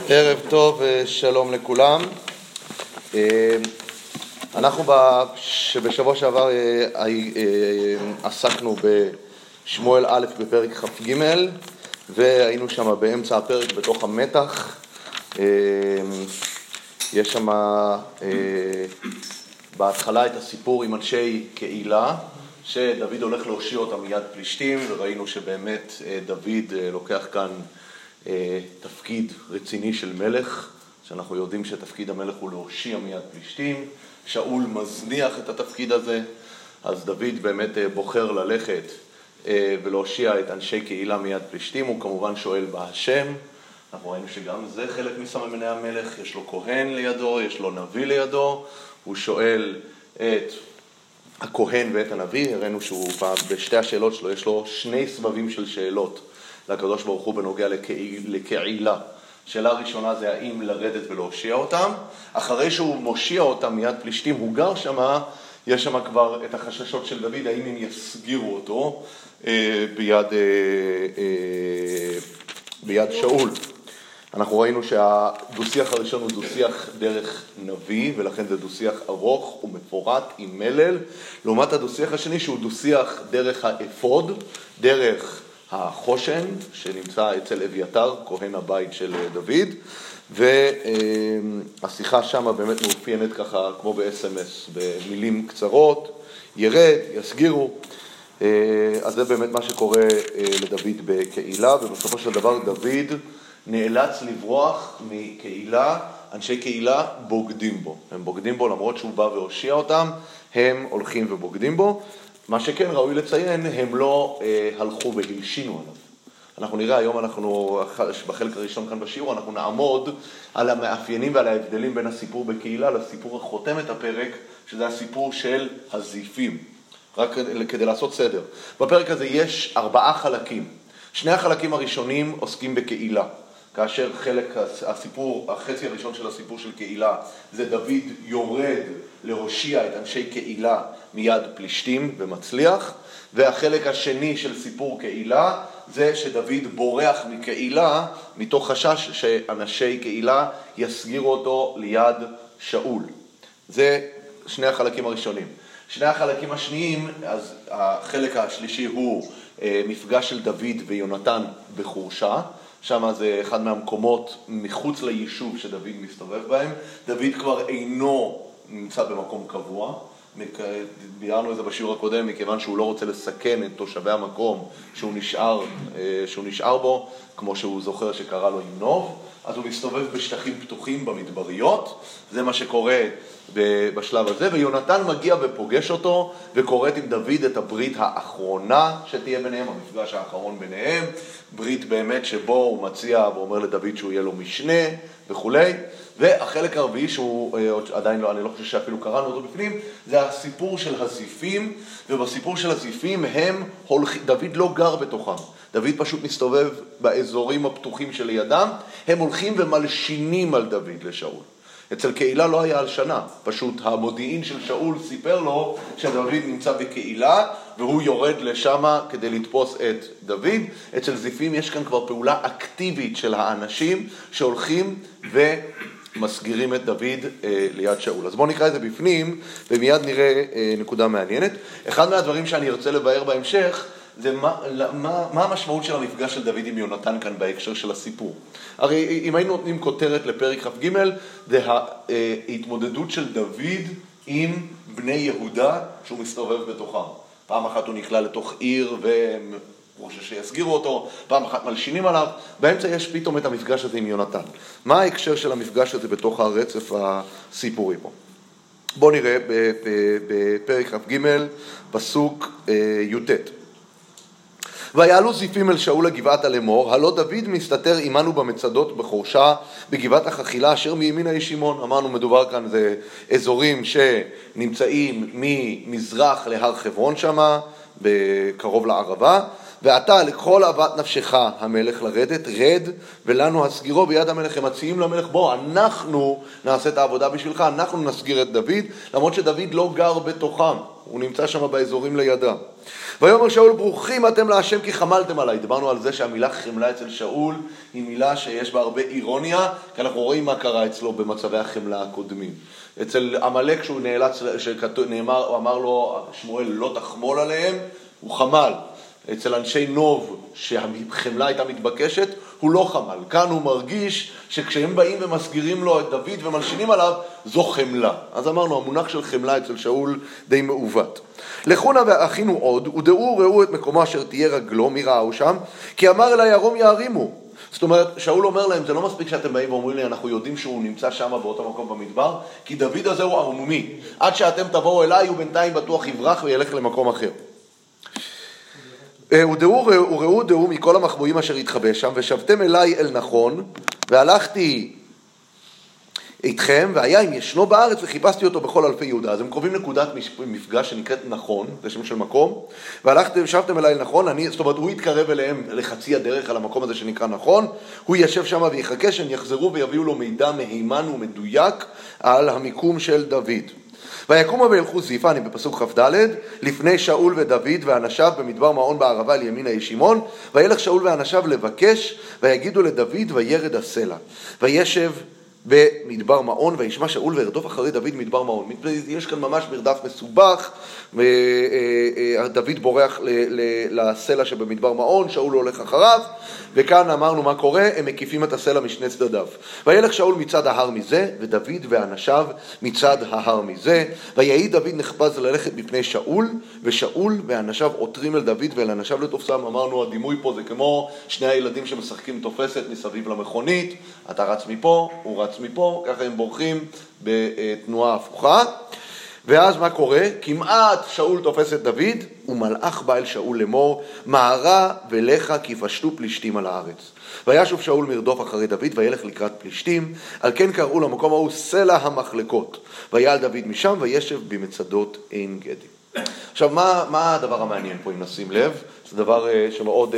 ערב טוב ושלום לכולם. אנחנו שבשבוע שעבר עסקנו בשמואל א' בפרק כ"ג, והיינו שם באמצע הפרק בתוך המתח. יש שם בהתחלה את הסיפור עם אנשי קהילה, שדוד הולך להושיע אותם מיד פלישתים, וראינו שבאמת דוד לוקח כאן תפקיד רציני של מלך, שאנחנו יודעים שתפקיד המלך הוא להושיע מיד פלישתים. שאול מזניח את התפקיד הזה, אז דוד באמת בוחר ללכת ולהושיע את אנשי קהילה מיד פלישתים. הוא כמובן שואל בהשם. אנחנו ראינו שגם זה חלק מסממני המלך, יש לו כהן לידו, יש לו נביא לידו. הוא שואל את הכהן ואת הנביא. הראינו שהוא בשתי השאלות שלו, יש לו שני סבבים של שאלות לקדוש ברוך הוא בנוגע לקהילה. שאלה הראשונה זה האם לרדת ולהושיע אותם. אחרי שהוא מושיע אותם מיד פלישתים, הוא גר שמה, יש שם כבר את החששות של דוד, האם הם יסגירו אותו ביד שאול. אנחנו ראינו שהדו-שיח הראשון הוא דו-שיח דרך נביא, ולכן זה דו-שיח ארוך ומפורט עם מלל, לעומת הדו-שיח השני שהוא דו-שיח דרך האפוד, דרך החושן שנמצא אצל אביתר, כהן הבית של דוד, והשיחה שם באמת מאופיינת ככה כמו ב-SMS, במילים קצרות, ירד, יסגירו. אז זה באמת מה שקורה לדוד בקהילה, ובסופו של דבר דוד נאלץ לברוח מקהילה. אנשי קהילה בוגדים בו, הם בוגדים בו למרות שהוא בא והושיע אותם, הם הולכים ובוגדים בו. מה שכן ראוי לציין, הם לא הלכו והלשינו עליו. אנחנו נראה היום, בחלק הראשון כאן בשיעור, אנחנו נעמוד על המאפיינים ועל ההבדלים בין הסיפור בקהילה לסיפור החותם את הפרק, שזה הסיפור של הזיפים. רק כדי לעשות סדר. בפרק הזה יש 4 חלקים. 2 החלקים הראשונים עוסקים בקהילה. כאשר החצי הראשון של הסיפור של קהילה, זה דוד יורד להושיע את אנשי קהילה מיד פלישתים ומצליח, והחלק השני של סיפור קהילה, זה שדוד בורח מקהילה, מתוך חשש שאנשי קהילה יסגירו אותו ליד שאול. זה 2 החלקים הראשונים. 2 החלקים השניים, אז החלק השלישי הוא מפגש של דוד ויונתן בחורשה, שם זה אחד מהמקומות מחוץ ליישוב שדוד מסתובב בהם. דוד כבר אינו נמצא במקום קבוע, ביארנו את זה בשיעור הקודם, מכיוון שהוא לא רוצה לסכן את תושבי המקום שהוא נשאר בו, כמו שהוא זוכר שקרא לו עם נוב, אז הוא מסתובב בשטחים פתוחים במדבריות. זה מה שקורה בשלב הזה, ויונתן מגיע ופוגש אותו וקוראת עם דוד את הברית האחרונה שתהיה ביניהם, המפגש האחרון ביניהם, ברית באמת שבו הוא מציע ואומר לדוד שהוא יהיה לו משנה וכו'. והחלק הרביעי שהוא עדיין לא, אני לא חושב שאפילו קראנו אותו בפנים, זה הסיפור של הזיפים. ובסיפור של הזיפים דוד לא גר בתוכם, דוד פשוט מסתובב באזורים הפתוחים שלידם, הם הולכים ומלשינים על דוד לשאול. אצל קהילה לא היה הלשנה, פשוט המודיעין של שאול סיפר לו שדוד נמצא בקהילה והוא יורד לשם כדי לתפוס את דוד. אצל זיפים יש כאן כבר פעולה אקטיבית של האנשים שהולכים ומסגירים את דוד ליד שאול. אז בואו נקרא את זה בפנים ומיד נראה נקודה מעניינת. אחד מהדברים שאני ארצה לבאר בהמשך זה מה המשמעות של המפגש של דוד עם יונתן כאן בהקשר של הסיפור. הרי אם היינו נותנים כותרת לפרק כ"ג, זה ההתמודדות של דוד עם בני יהודה שהוא מסתובב בתוכם. פעם אחת הוא נכלל לתוך עיר והם חוששים שיסגירו אותו, פעם אחת מלשינים עליו, באמצע יש פתאום את המפגש הזה עם יונתן. מה ההקשר של המפגש הזה בתוך הרצף הסיפורי פה? בואו נראה בפרק כ"ג פסוק י"ט. ויעלו זיפים אל שאול לגבעת הלמור, הלא דוד מסתתר עמנו במצדות בחורשה בגבעת החכילה אשר מימין הישימון. אמרנו מדובר כאן זה אזורים שנמצאים ממזרח להר חברון שמה, בקרוב לערבה, ואתה לכל אהבת נפשך המלך לרדת, רד ולנו הסגירו ביד המלך. הם מציעים למלך, בוא, אנחנו נעשה את העבודה בשבילך, אנחנו נסגיר את דוד, למרות שדוד לא גר בתוכם, הוא נמצא שם באזורים לידם. ויאמר שאול, ברוכים אתם להשם כי חמלתם עליי. דיברנו על זה שהמילה חמלה אצל שאול היא מילה שיש בה הרבה אירוניה, כי אנחנו רואים מה קרה אצלו במצבי החמלה הקודמים. אצל עמלק שהוא נאלץ, הוא אמר לו שמואל לא תחמול עליהם, הוא חמל. אצל אנשי נוב שהחמלה הייתה מתבקשת, הוא לא חמל. כאן הוא מרגיש שכשהם באים ומסגירים לו את דוד ומלשינים עליו, זו חמלה. אז אמרנו, המונח של חמלה אצל שאול די מעוות. לכונה ואחינו עוד, ודעו ראו את מקומו אשר תהיה רגלו, מי ראו שם? כי אמר אליי ירום יערימו. זאת אומרת, שאול אומר להם, זה לא מספיק שאתם באים ואומרים לי, אנחנו יודעים שהוא נמצא שם באותו מקום במדבר, כי דוד הזה הוא ערמומי. עד שאתם תבואו אליי, הוא בינתיים בטוח יברח וילך למקום אחר. וראו דעו מכל המחבואים אשר התחבא שם, ושבתם אליי אל נכון, והלכתי איתכם, והיה אם ישנו בארץ, וחיפשתי אותו בכל אלפי יהודה. אז הם קובעים נקודת מפגש שנקראת נכון, זה שם של מקום, והלכתם, שבתם אליי אל נכון, זאת אומרת, הוא יתקרב אליהם לחצי הדרך על המקום הזה שנקרא נכון, הוא ישב שם ויחכה שהם יחזרו ויביאו לו מידע מהימן ומדויק על המיקום של דוד. ויקומו וילכו זיפה, אני בפסוק כ"ד, לפני שאול ודוד ואנשיו במדבר מעון בערבה לימין הישימון, וילך שאול ואנשיו לבקש, ויגידו לדוד וירד הסלע. וישב במדבר מעון, וישמע שאול וירדוף אחרי דוד מדבר מעון. יש כאן ממש מרדף מסובך, דוד בורח לסלע שבמדבר מעון, שאול הולך אחריו, וכאן אמרנו מה קורה, הם מקיפים את הסלע משני צדדיו. וילך שאול מצד ההר מזה, ודוד ואנשיו מצד ההר מזה, ויהי דוד נחפז ללכת בפני שאול, ושאול ואנשיו עותרים אל דוד ואל אנשיו לתופסם. אמרנו, הדימוי פה זה כמו שני הילדים שמשחקים תופסת מסביב למכונית, אתה רץ מפה, הוא רץ מפה, ככה הם בורחים בתנועה הפוכה. ואז מה קורה? כמעט שאול תופס את דוד, ומלאך בא אל שאול לאמור, מהרה ולך כי פשטו פלישתים על הארץ. וישוב שאול מרדוף אחרי דוד, וילך לקראת פלישתים, על כן קראו למקום ההוא סלע המחלקות. ויעל דוד משם, וישב במצדות עין גדי. עכשיו, מה הדבר המעניין פה, אם נשים לב? זה דבר שמאוד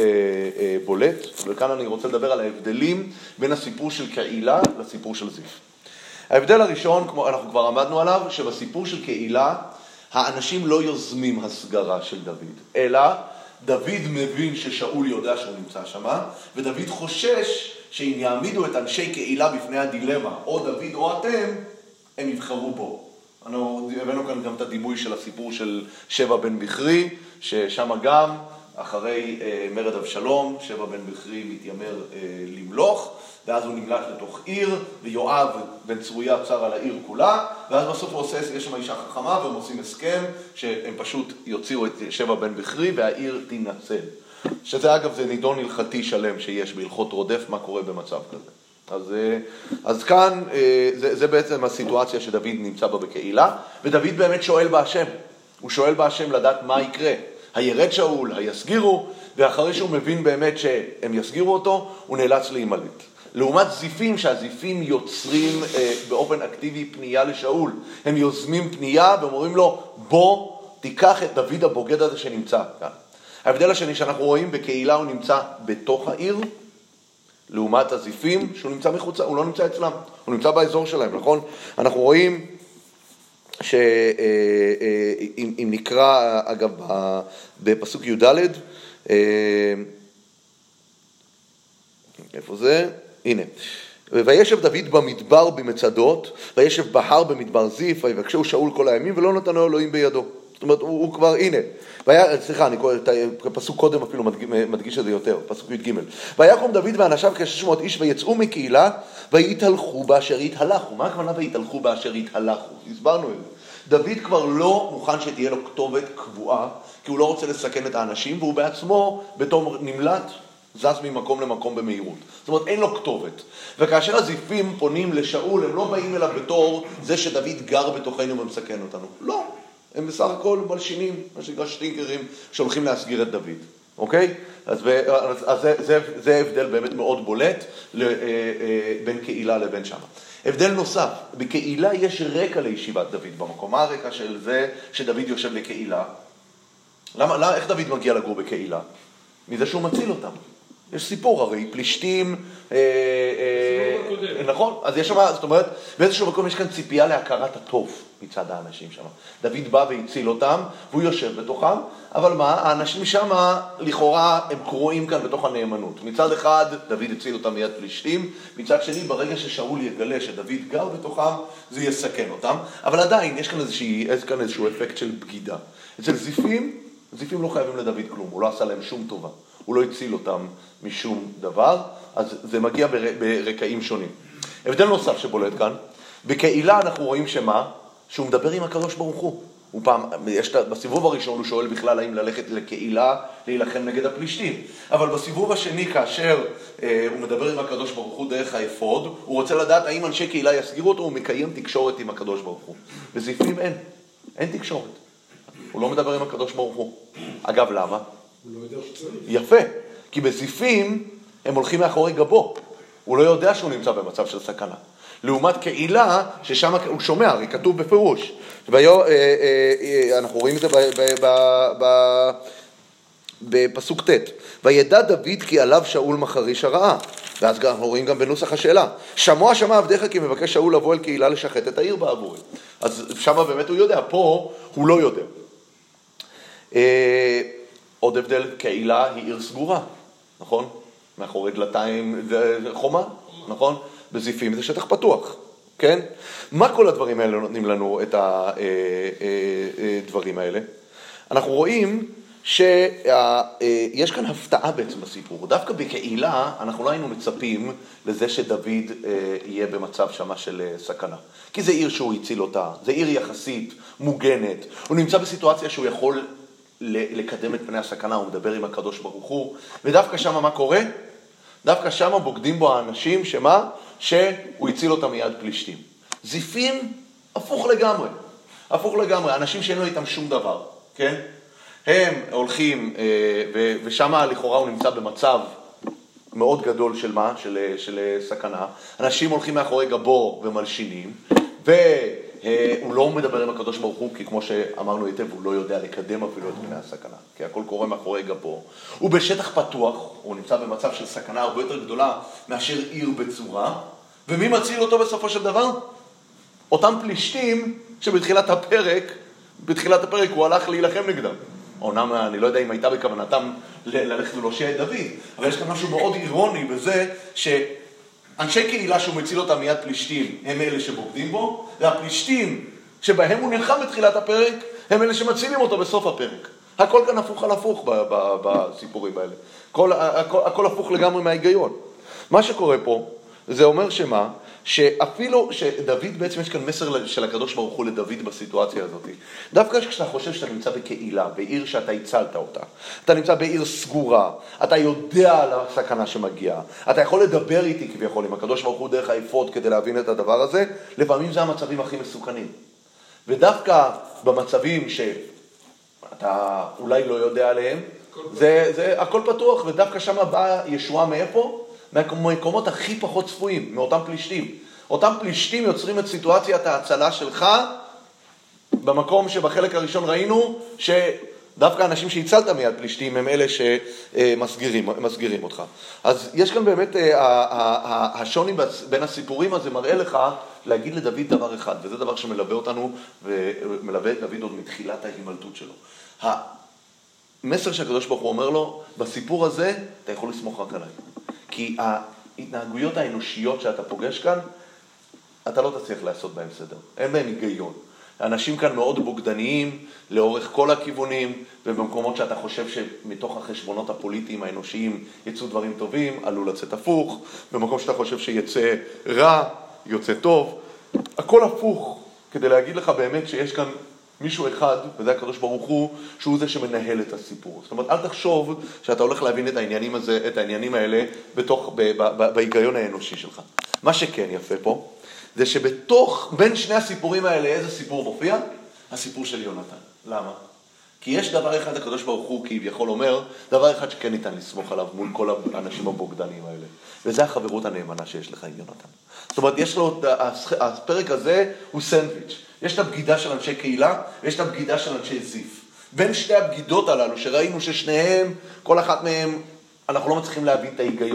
בולט, וכאן אני רוצה לדבר על ההבדלים בין הסיפור של קהילה לסיפור של זיף. ההבדל הראשון, כמו אנחנו כבר עמדנו עליו, שבסיפור של קהילה, האנשים לא יוזמים הסגרה של דוד, אלא דוד מבין ששאול יודע שהוא נמצא שם, ודוד חושש שאם יעמידו את אנשי קהילה בפני הדילמה, או דוד או אתם, הם יבחרו בו. אנחנו הבאנו כאן גם את הדימוי של הסיפור של שבע בן בכרי, ששם גם, אחרי מרד אבשלום, שבע בן בכרי מתיימר למלוך, ואז הוא נמלט לתוך עיר, ויואב בן צרויה צר על העיר כולה, ואז בסוף הוא עושה, יש שם אישה חכמה, והם עושים הסכם שהם פשוט יוציאו את שבע בן בכרי, והעיר תינצל. שזה אגב זה נידון הלכתי שלם שיש בהלכות רודף, מה קורה במצב כזה. אז כאן זה בעצם הסיטואציה שדוד נמצא בה בקהילה, ודוד באמת שואל בהשם. הוא שואל בהשם לדעת מה יקרה. הירד שאול, היסגירו, ואחרי שהוא מבין באמת שהם יסגירו אותו, הוא נאלץ להימלט. לעומת זיפים, שהזיפים יוצרים באופן אקטיבי פנייה לשאול. הם יוזמים פנייה ואומרים לו, בוא תיקח את דוד הבוגד הזה שנמצא כאן. ההבדל השני שאנחנו רואים בקהילה, הוא נמצא בתוך העיר, לעומת הזיפים שהוא נמצא מחוצה, הוא לא נמצא אצלם, הוא נמצא באזור שלהם, נכון? אנחנו רואים שאם נקרא, אגב, בפסוק י"ד, איפה זה? הנה. וישב דוד במדבר במצדות, וישב בהר במדבר זיף, ויבקשו שאול כל הימים, ולא נתנו אלוהים בידו. זאת אומרת, הוא כבר, הנה. סליחה, אני פסוק קודם אפילו מדגיש את זה יותר, פסוק י"ג. ויקום דוד ואנשיו כ-600 איש ויצאו מקהילה, ויתהלכו באשר יתהלכו. מה הכוונה ויתהלכו באשר יתהלכו? הסברנו את זה. דוד כבר לא מוכן שתהיה לו כתובת קבועה, כי הוא לא רוצה לסכן את האנשים, והוא בעצמו בתור נמלט, זז ממקום למקום במהירות. זאת אומרת, אין לו כתובת. וכאשר הזיפים פונים לשאול, הם לא באים אליו בתור זה שדוד גר בתוכנו ומסכן אותנו. לא. הם בסך הכל מלשינים, מה שנקרא שטינקרים, שהולכים להסגיר את דוד. אוקיי? אז זה הבדל באמת מאוד בולט בין קהילה לבין שם. הבדל נוסף, בקהילה יש רקע לישיבת דוד במקום. מה הרקע של זה שדוד יושב לקהילה? איך דוד מגיע לגור בקהילה? מזה שהוא מציל אותם. יש סיפור, הרי פלישתים, נכון? אז יש שם, זאת אומרת, באיזשהו מקום יש כאן ציפייה להכרת הטוב מצד האנשים שם. דוד בא והציל אותם, והוא יושב בתוכם, אבל מה? האנשים שם, לכאורה, הם קרואים כאן בתוך הנאמנות. מצד אחד, דוד הציל אותם מיד פלישתים, מצד שני, ברגע ששאול יגלה שדוד גר בתוכם, זה יסכן אותם, אבל עדיין, יש כאן איזשהו אפקט של בגידה. אצל זיפים לא חייבים לדוד כלום, הוא לא עשה להם שום טובה. הוא לא הציל אותם משום דבר, אז זה מגיע ברקעים שונים. הבדל נוסף שבולט כאן, בקהילה אנחנו רואים שהוא מדבר עם הקדוש ברוך הוא. בסיבוב הראשון הוא שואל בכלל האם ללכת לקהילה להילחם נגד הפלישתים. אבל בסיבוב השני, כאשר הוא מדבר עם הקדוש ברוך הוא דרך האפוד, הוא רוצה לדעת האם אנשי קהילה יסגירו אותו, הוא מקיים תקשורת עם הקדוש ברוך הוא. בזיפים אין תקשורת. הוא לא מדבר עם הקדוש ברוך הוא. אגב, למה? הוא לא יודע שצריך. יפה, כי בזיפים הם הולכים מאחורי גבו. הוא לא יודע שהוא נמצא במצב של סכנה. לעומת קהילה, ששם הוא שומע, הרי כתוב בפירוש. אנחנו רואים את זה בפסוק ט'. וידע דוד כי עליו שאול מחריש הרעה. ואז אנחנו רואים גם בנוסח השאלה. שמע עבדיך כי מבקש שאול לבוא אל קהילה לשחט את העיר בעבורי. אז שם באמת הוא יודע, פה הוא לא יודע. עוד הבדל, קהילה היא עיר סגורה, נכון? מאחורי דלתיים זה חומה, נכון? בזיפים זה שטח פתוח, כן? מה כל הדברים האלה נותנים לנו את הדברים האלה? אנחנו רואים שיש כאן הפתעה בעצם בסיפור. דווקא בקהילה אנחנו לא היינו מצפים לזה שדוד יהיה במצב שמה של סכנה. כי זה עיר שהוא הציל אותה, זה עיר יחסית מוגנת, הוא נמצא בסיטואציה שהוא יכול לקדם את פני הסכנה, הוא מדבר עם הקדוש ברוך הוא, ודווקא שם מה קורה? דווקא שם בוגדים בו האנשים שהוא הציל אותם מיד פלישתים. זיפים הפוך לגמרי, אנשים שאין לו איתם שום דבר, כן? הם הולכים, ושם לכאורה הוא נמצא במצב מאוד גדול של סכנה. אנשים הולכים מאחורי גבו ומלשינים, והוא לא מדבר עם הקדוש ברוך הוא, כי כמו שאמרנו היטב, הוא לא יודע לקדם אפילו את פני הסכנה, כי הכל קורה מאחורי גבו. הוא בשטח פתוח, הוא נמצא במצב של סכנה הרבה יותר גדולה מאשר עיר בצורה, ומי מציל אותו בסופו של דבר? אותם פלישתים שבתחילת הפרק הוא הלך להילחם נגדם. אומנם אני לא יודע אם הייתה בכוונתם ללכת ולהושיע את דוד, אבל יש כאן משהו מאוד אירוני בזה שאנשי קהילה שהוא מציל אותם מיד פלישתים הם אלה שבוגדים בו, והפלישתים שבהם הוא נלחם בתחילת הפרק הם אלה שמצילים אותו בסוף הפרק. הכל כאן הפוך על הפוך בסיפורים האלה. הכל הפוך לגמרי מההיגיון. מה שקורה פה זה אומר שאפילו שדוד בעצם יש כאן מסר של הקדוש ברוך הוא לדוד בסיטואציה הזאת. דווקא כשאתה חושב שאתה נמצא בקהילה, בעיר שאתה הצלת אותה, אתה נמצא בעיר סגורה, אתה יודע על הסכנה שמגיעה, אתה יכול לדבר איתי כביכול עם הקדוש ברוך הוא דרך האפוד כדי להבין את הדבר הזה, לפעמים זה המצבים הכי מסוכנים. ודווקא במצבים שאתה אולי לא יודע עליהם, זה הכל פתוח, ודווקא שם באה ישועה מאיפה? מהמקומות הכי פחות צפויים, מאותם פלישתים. אותם פלישתים יוצרים את סיטואציית ההצלה שלך, במקום שבחלק הראשון ראינו שדווקא האנשים שהצלת מיד פלישתים הם אלה שמסגירים אותך. אז יש כאן באמת, השוני בין הסיפורים הזה מראה לך להגיד לדוד דבר אחד, וזה דבר שמלווה אותנו ומלווה את דוד עוד מתחילת ההימלטות שלו. המסר שהקדוש ברוך הוא אומר לו, בסיפור הזה אתה יכול לסמוך רק עליי. כי ההתנהגויות האנושיות שאתה פוגש כאן, אתה לא תצליח לעשות בהם סדר. אין בהם היגיון. האנשים כאן מאוד בוגדניים, לאורך כל הכיוונים, ובמקומות שאתה חושב שמתוך החשבונות הפוליטיים האנושיים יצאו דברים טובים, עלול לצאת הפוך. במקום שאתה חושב שיצא רע, יוצא טוב. הכל הפוך, כדי להגיד לך באמת שיש כאן מישהו אחד, וזה הקדוש ברוך הוא, שהוא זה שמנהל את הסיפור. זאת אומרת, אל תחשוב שאתה הולך להבין את העניינים האלה בהיגיון האנושי שלך. מה שכן יפה פה, זה בין שני הסיפורים האלה, איזה סיפור מופיע? הסיפור של יונתן. למה? כי יש דבר אחד, הקדוש ברוך הוא כביכול אומר, דבר אחד שכן ניתן לסמוך עליו מול כל האנשים הבוגדניים האלה. וזה החברות הנאמנה שיש לך עם יונתן. זאת אומרת, יש לו, הפרק הזה הוא סנדוויץ'. יש את הבגידה של אנשי קהילה, ויש את הבגידה של אנשי זיף. בין שתי הבגידות הללו, שראינו ששניהם, כל אחת מהם, אנחנו לא מצליחים להבין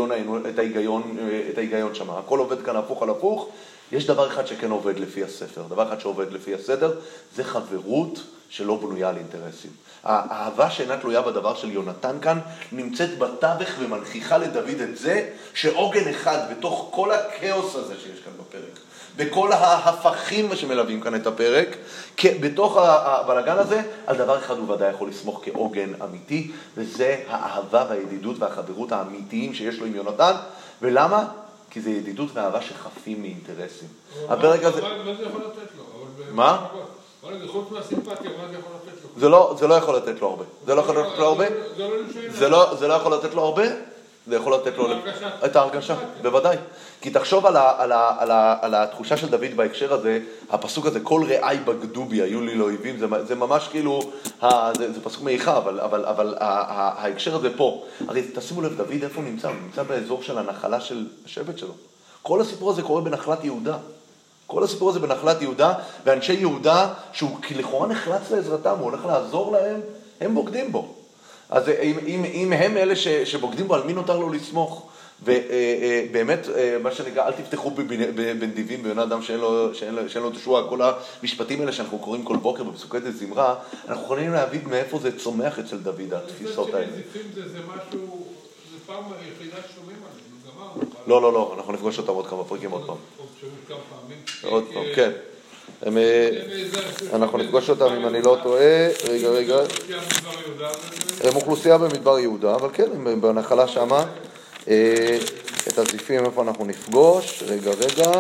את ההיגיון שם. הכל עובד כאן הפוך על הפוך. יש דבר אחד שכן עובד לפי הספר. דבר אחד שעובד לפי הסדר, זה חברות שלא בנויה על אינטרסים. האהבה שאינה תלויה בדבר של יונתן כאן, נמצאת בתווך ומנכיחה לדוד את זה, שעוגן אחד בתוך כל הכאוס הזה שיש כאן בפרק, בכל ההפכים שמלווים כאן את הפרק, בתוך הבלגן הזה, על דבר אחד הוא ודאי יכול לסמוך כעוגן אמיתי, וזה האהבה והידידות והחברות האמיתיים שיש לו עם יונתן. ולמה? כי זה ידידות ואהבה שחפים מאינטרסים. הפרק הזה... מה זה יכול לתת לו? מה? חוץ מהסימפתיה, מה זה יכול לתת לו? זה לא יכול לתת לו הרבה. זה לא יכול לתת לו הרבה? זה לא יכול לתת לו הרבה? זה יכול לתת לו את ההרגשה, בוודאי. כי תחשוב על התחושה של דוד בהקשר הזה, הפסוק הזה, כל רעי בגדו בי, היו לי לאויבים, זה ממש כאילו, זה פסוק מאיכה, אבל ההקשר הזה פה, הרי תשימו לב, דוד איפה הוא נמצא? הוא נמצא באזור של הנחלה של השבט שלו. כל הסיפור הזה קורה בנחלת יהודה. כל הסיפור הזה בנחלת יהודה, ואנשי יהודה, שהוא לכאורה נחלץ לעזרתם, הוא הולך לעזור להם, הם בוגדים בו. אז אם הם אלה שבוגדים בו, על מי נותר לו לסמוך? ובאמת, מה שנקרא, אל תפתחו בנדיבים, בבן אדם שאין לו תשועה. כל המשפטים האלה שאנחנו קוראים כל בוקר בפסוקי זמרה, אנחנו יכולים להבין מאיפה זה צומח אצל דוד, התפיסות האלה. נזיפים זה משהו, זה פעם היחידה ששומעים עליהם, גמרנו. לא, אנחנו נפגוש אותם עוד כמה פרקים עוד פעם. שומעים כמה פעמים. עוד פעם, כן. אנחנו נפגוש אותם אם אני לא טועה. רגע. הם אוכלוסייה במדבר יהודה, אבל כן, הם בנחלה שמה. את הזיפים איפה אנחנו נפגוש. רגע.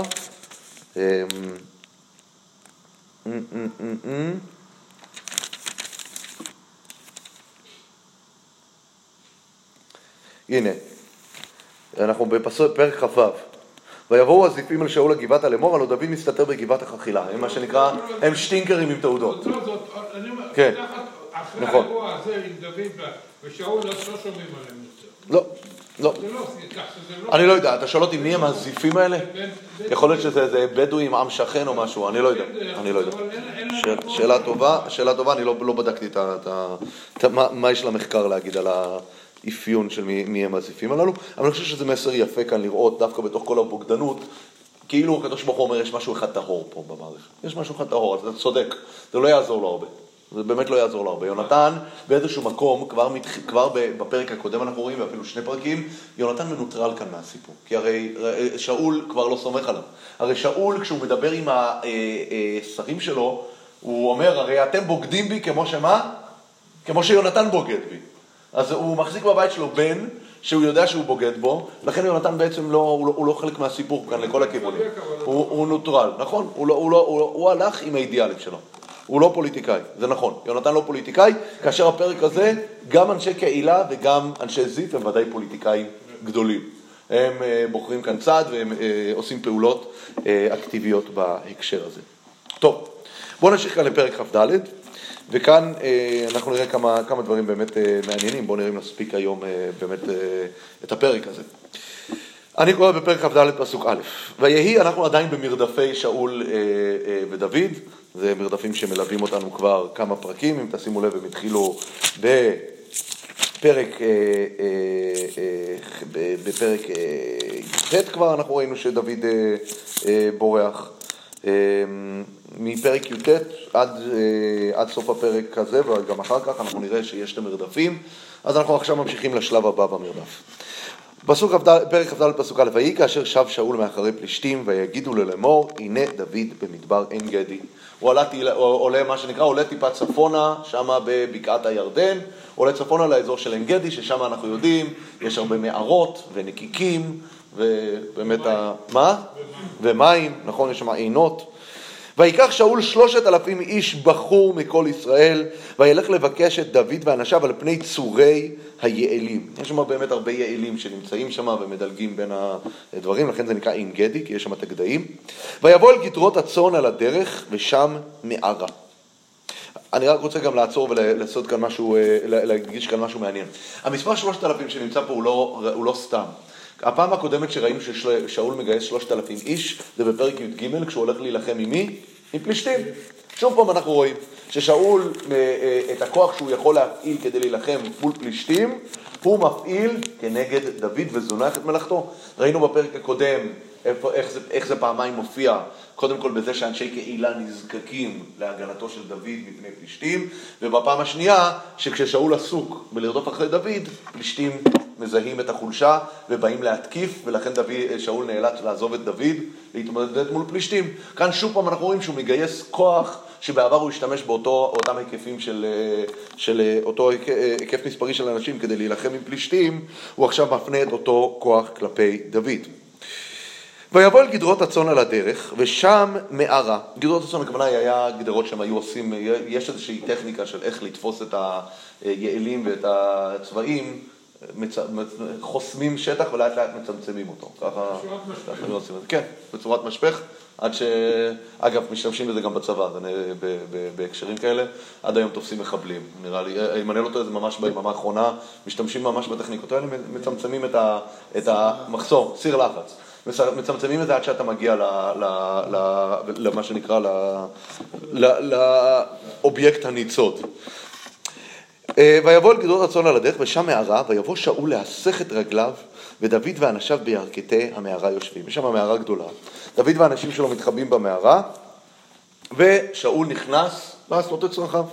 הנה, אנחנו בפרק כ"ו. ויבואו הזיפים אל שאול לגבעת לאמור, הלא דוד מסתתר בגבעת החכילה. הם מה שנקרא, הם שטינקרים עם תעודות. אני אומר, כן, אחרי נכון. האירוע הזה עם דוד ושאול לא שומעים עליהם יותר. לא. זה לא, כך שזה לא... אני לא יודע, אתה שואל אותי מי הם הזיפים האלה? יכול להיות שזה בדואי עם עם שכן או משהו, אני לא יודע. שאלה טובה, אני לא בדקתי מה יש למחקר להגיד על האפיון של מי הם הזיפים הללו, אבל אני חושב שזה מסר יפה כאן לראות דווקא בתוך כל הבוגדנות, כאילו הקדוש ברוך הוא אומר יש משהו אחד טהור פה במערכת, יש משהו אחד טהור, אז אתה צודק, זה לא יעזור לו הרבה. זה באמת לא יעזור לו הרבה. יונתן באיזשהו מקום, כבר בפרק הקודם אנחנו רואים, ואפילו 2 פרקים, יונתן מנוטרל כאן מהסיפור. כי הרי שאול כבר לא סומך עליו. הרי שאול, כשהוא מדבר עם השרים שלו, הוא אומר, הרי אתם בוגדים בי כמו שמה? כמו שיונתן בוגד בי. אז הוא מחזיק בבית שלו בן, שהוא יודע שהוא בוגד בו, לכן יונתן בעצם הוא לא חלק מהסיפור כאן לכל הכיוונים. הוא נוטרל, נכון? הוא הלך עם האידיאלים שלו. הוא לא פוליטיקאי, זה נכון. יונתן לא פוליטיקאי, כאשר הפרק הזה, גם אנשי קהילה וגם אנשי זיף הם ודאי פוליטיקאים גדולים. הם בוחרים כאן צעד והם עושים פעולות אקטיביות בהקשר הזה. טוב, בואו נמשיך כאן לפרק כ"ד, וכאן אנחנו נראה כמה דברים באמת מעניינים. בואו נראה אם נספיק היום באמת את הפרק הזה. אני קורא בפרק כ"ד פסוק א', ויהי, אנחנו עדיין במרדפי שאול ודוד, זה מרדפים שמלווים אותנו כבר כמה פרקים, אם תשימו לב הם התחילו בפרק ח' כבר אנחנו ראינו שדוד בורח, מפרק י"ט עד סוף הפרק הזה, וגם אחר כך אנחנו נראה שיש את המרדפים, אז אנחנו עכשיו ממשיכים לשלב הבא במרדף. פרק כ"ד פסוק א', ויהי כאשר שב שאול מאחרי פלישתים, ויגידו לו לאמור, הנה דוד במדבר עין גדי. הוא עולה מה שנקרא, עולה טיפה צפונה, שמה בבקעת הירדן, עולה צפונה לאזור של עין גדי, ששם אנחנו יודעים, יש הרבה מערות ונקיקים, ובאמת ומים, נכון, יש שם עינות. ויקח שאול 3,000 איש בחור מכל ישראל, וילך לבקש את דוד ואנשיו על פני צורי היעלים. יש שם באמת הרבה יעלים שנמצאים שם ומדלגים בין הדברים, לכן זה נקרא עין גדי, כי יש שם את הגדיים. ויבוא אל גדרות הצאן על הדרך, ושם מערה. אני רק רוצה גם לעצור ולעשות כאן משהו, להדגיש כאן משהו מעניין. המספר 3,000 שנמצא פה הוא לא סתם. הפעם הקודמת שראינו ששאול מגייס 3,000 איש, זה בפרק י"ג, כשהוא הולך להילחם עם מי? עם פלישתים. שוב פעם אנחנו רואים ששאול, את הכוח שהוא יכול להפעיל כדי להילחם מול פלישתים, הוא מפעיל כנגד דוד וזונח את מלאכתו. ראינו בפרק הקודם איך זה פעמיים מופיע, קודם כל בזה שאנשי קהילה נזקקים להגנתו של דוד מפני פלישתים, ובפעם השנייה שכששאול עסוק בלרדוף אחרי דוד, פלישתים מזהים את החולשה ובאים להתקיף, ולכן שאול נאלץ לעזוב את דוד להתמודד מול פלישתים. כאן שוב פעם אנחנו רואים שהוא מגייס כוח שבעבר הוא השתמש באותם היקפים של אותו היקף מספרי של אנשים כדי להילחם עם פלישתים, הוא עכשיו מפנה את אותו כוח כלפי דוד. ויבוא אל גדרות הצאן על הדרך, ושם מערה. גדרות הצאן, הכוונה היה גדרות שהם היו עושים, יש איזושהי טכניקה של איך לתפוס את היעלים ואת הצבעים, חוסמים שטח ולאט לאט מצמצמים אותו. ככה הם עושים את זה. כן, בצורת משפך, עד אגב, משתמשים בזה גם בצבא, בהקשרים כאלה, עד היום תופסים מחבלים. נראה לי, אם אני לא טועה, זה ממש ביממה האחרונה, משתמשים ממש בטכניקות האלה, מצמצמים את המחסור, סיר לחץ. מצמצמים את זה עד שאתה מגיע למה שנקרא, לאובייקט הניצוד. ויבוא אל גדרות הצאן על הדרך, ושם מערה, ויבוא שאול להסך את רגליו, ודוד ואנשיו בירכתי המערה יושבים. יש שם מערה גדולה. דוד ואנשים שלו מתחבאים במערה, ושאול נכנס לעשות את צרכיו.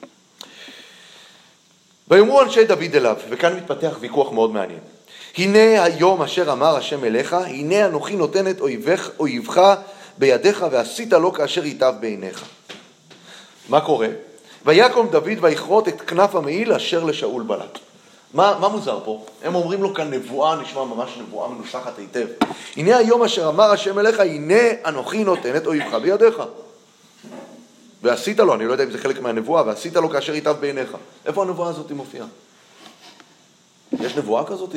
ויאמרו אנשי דוד אליו, וכאן מתפתח ויכוח מאוד מעניין. הנה היום אשר אמר השם אליך, הנה אנוכי נותן את אויבך בידיך, ועשית לו כאשר ייטב בעיניך. מה קורה? ויקום דוד ויכרות את כנף המעיל אשר לשאול בלט. מה מוזר פה? הם אומרים לו כאן נבואה, נשמע ממש נבואה מנוסחת היטב. הנה היום אשר אמר השם אליך, הנה אנוכי נותן את אויבך בידיך. ועשית לו, אני לא יודע אם זה חלק מהנבואה, ועשית לו כאשר ייטב בעיניך. איפה הנבואה הזאת מופיעה? יש נבואה כזאת?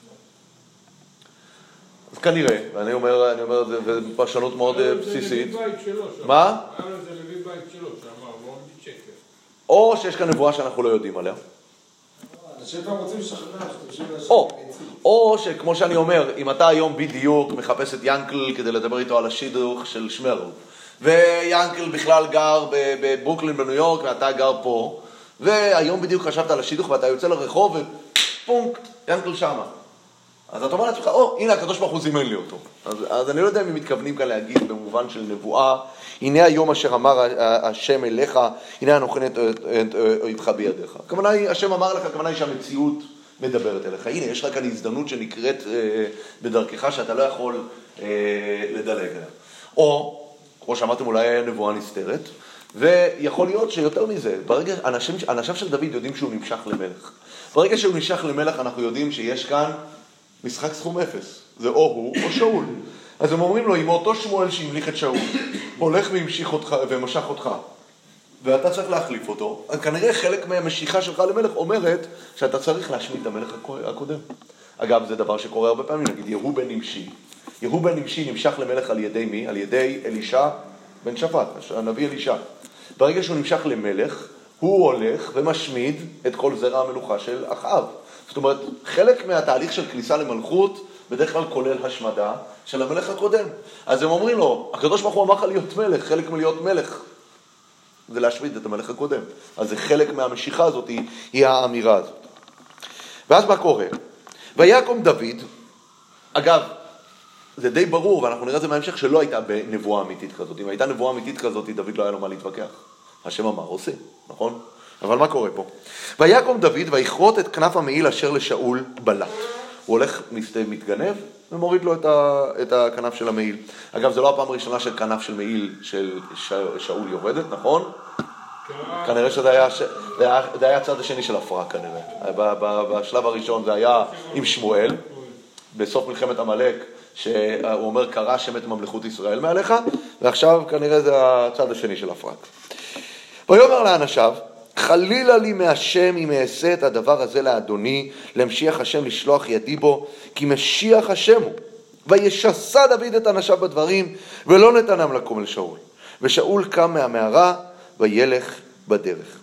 אז כנראה, ואני אומר את זה, ופרשנות מאוד בסיסית. מה? זה לוי בית שלו, שאמר, לא עומדי שקר. או שיש כאן נבואה שאנחנו לא יודעים עליה. אנשים פעם רוצים לשכנע, או שכמו שאני אומר, אם אתה היום בדיוק מחפש את ינקל כדי לדבר איתו על השידוך של שמרל, ויאנקל בכלל גר בברוקלין בניו יורק ואתה גר פה, והיום בדיוק חשבת על השידוך ואתה יוצא לרחוב ופונקט, יאנקל שמה. אז אתה אומר לעצמך, הנה הקדוש ברוך הוא זימן לי אותו. אז אני לא יודע אם הם מתכוונים כאן להגיד במובן של נבואה, הנה היום אשר אמר השם אליך, הנה הנוכן את אויבך בידיך. הכוונה היא, השם אמר לך, הכוונה היא שהמציאות מדברת אליך. הנה, יש לך כאן הזדמנות שנקראת בדרכך שאתה לא יכול לדלג עליה. או, כמו שאמרתם, אולי נבואה נסתרת, ויכול להיות שיותר מזה, ברגע, אנשיו של דוד יודעים שהוא נמשך למלך. ברגע שהוא נמשך למלך, אנחנו יודעים שיש כאן משחק סכום אפס. זה או הוא או שאול. אז הם אומרים לו, אם אותו שמואל שהמליך את שאול, הולך והמשיך אותך ומשך אותך, ואתה צריך להחליף אותו, אז כנראה חלק מהמשיכה שלך למלך אומרת שאתה צריך להשמיד את המלך הקודם. אגב, זה דבר שקורה הרבה פעמים, נגיד יהוא בן נמשי. יהוא בן נמשי נמשך למלך על ידי מי? על ידי אלישע בן שפט, הנביא אלישע. ברגע שהוא נמשך למלך, הוא הולך ומשמיד את כל זרע המלוכה של אחאב. זאת אומרת, חלק מהתהליך של כניסה למלכות בדרך כלל כולל השמדה של המלך הקודם. אז הם אומרים לו, הקדוש ברוך הוא אמר לך להיות מלך, חלק מלהיות מלך זה להשמיד את המלך הקודם. אז זה חלק מהמשיכה הזאת, היא האמירה הזאת. ואז מה קורה? ויקום דוד, אגב, זה די ברור, ואנחנו נראה את זה מההמשך, שלא הייתה בנבואה אמיתית כזאת. אם הייתה נבואה אמיתית כזאת, דוד לא היה לו מה להתווכח. השם אמר, עושה, נכון? אבל מה קורה פה? ויקום דוד ויכרות את כנף המעיל אשר לשאול בלט. הוא הולך מתגנב ומוריד לו את הכנף של המעיל. אגב, זה לא הפעם הראשונה של כנף של מעיל של שאול יורדת, נכון? כנראה שזה היה הצד השני של הפרעה כנראה. בשלב הראשון זה היה עם שמואל, בסוף מלחמת עמלק, שהוא אומר, קרא שם את ממלכות ישראל מעליך, ועכשיו כנראה זה הצד השני של הפרעה. ויאמר לאנשיו, חלילה לי מהשם אם אעשה את הדבר הזה לאדוני, למשיח השם לשלוח ידי בו, כי משיח השם הוא. וישסע דוד את אנשיו בדברים, ולא נתנם לקום אל שאול. ושאול קם מהמערה, וילך בדרך.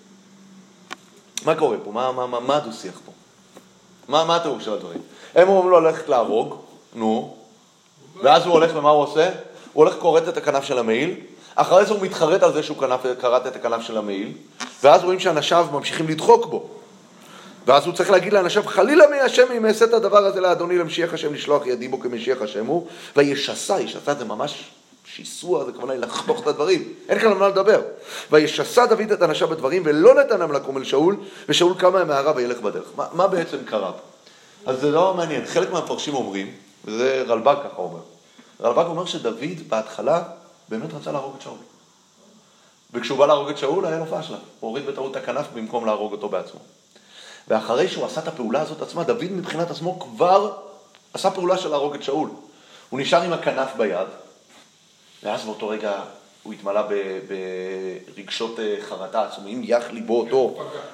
מה קורה פה? מה הדו-שיח פה? מה התיאור של הדברים? הם אומרים לו ללכת להרוג, נו, ואז הוא הולך ומה הוא עושה? הוא הולך קורט את הכנף של המעיל, אחרי זה הוא מתחרט על זה שהוא קראת את הכנף של המעיל, ואז רואים שאנשיו ממשיכים לדחוק בו. ואז הוא צריך להגיד לאנשיו, חלילה מהשם אם אעשה את הדבר הזה לאדוני למשיח השם לשלוח ידי בו כמשיח השם הוא, וישסה, ישסה זה ממש שיסוע, זה כמובן לחתוך את הדברים, אין כאן מה לדבר. וישסה דוד את אנשיו בדברים ולא נתנם לקום אל שאול, ושאול קם מהמערה וילך בדרך. מה בעצם קרה? אז זה לא מעניין, חלק מהמפרשים אומרים, וזה רלב"ג ככה אומר, רלב"ג אומר שדוד בהתחלה באמת רצה להרוג את שאול. וכשהוא בא להרוג את שאול היה לו פשלה, הוא הוריד בטעות את הכנף במקום להרוג אותו בעצמו. ואחרי שהוא עשה את הפעולה הזאת עצמה, דוד מבחינת עצמו כבר עשה פעולה של להרוג את שאול. הוא נשאר עם הכנף ביד, ואז באותו רגע הוא התמלא ברגשות חרטה עצומים, יח ליבו אותו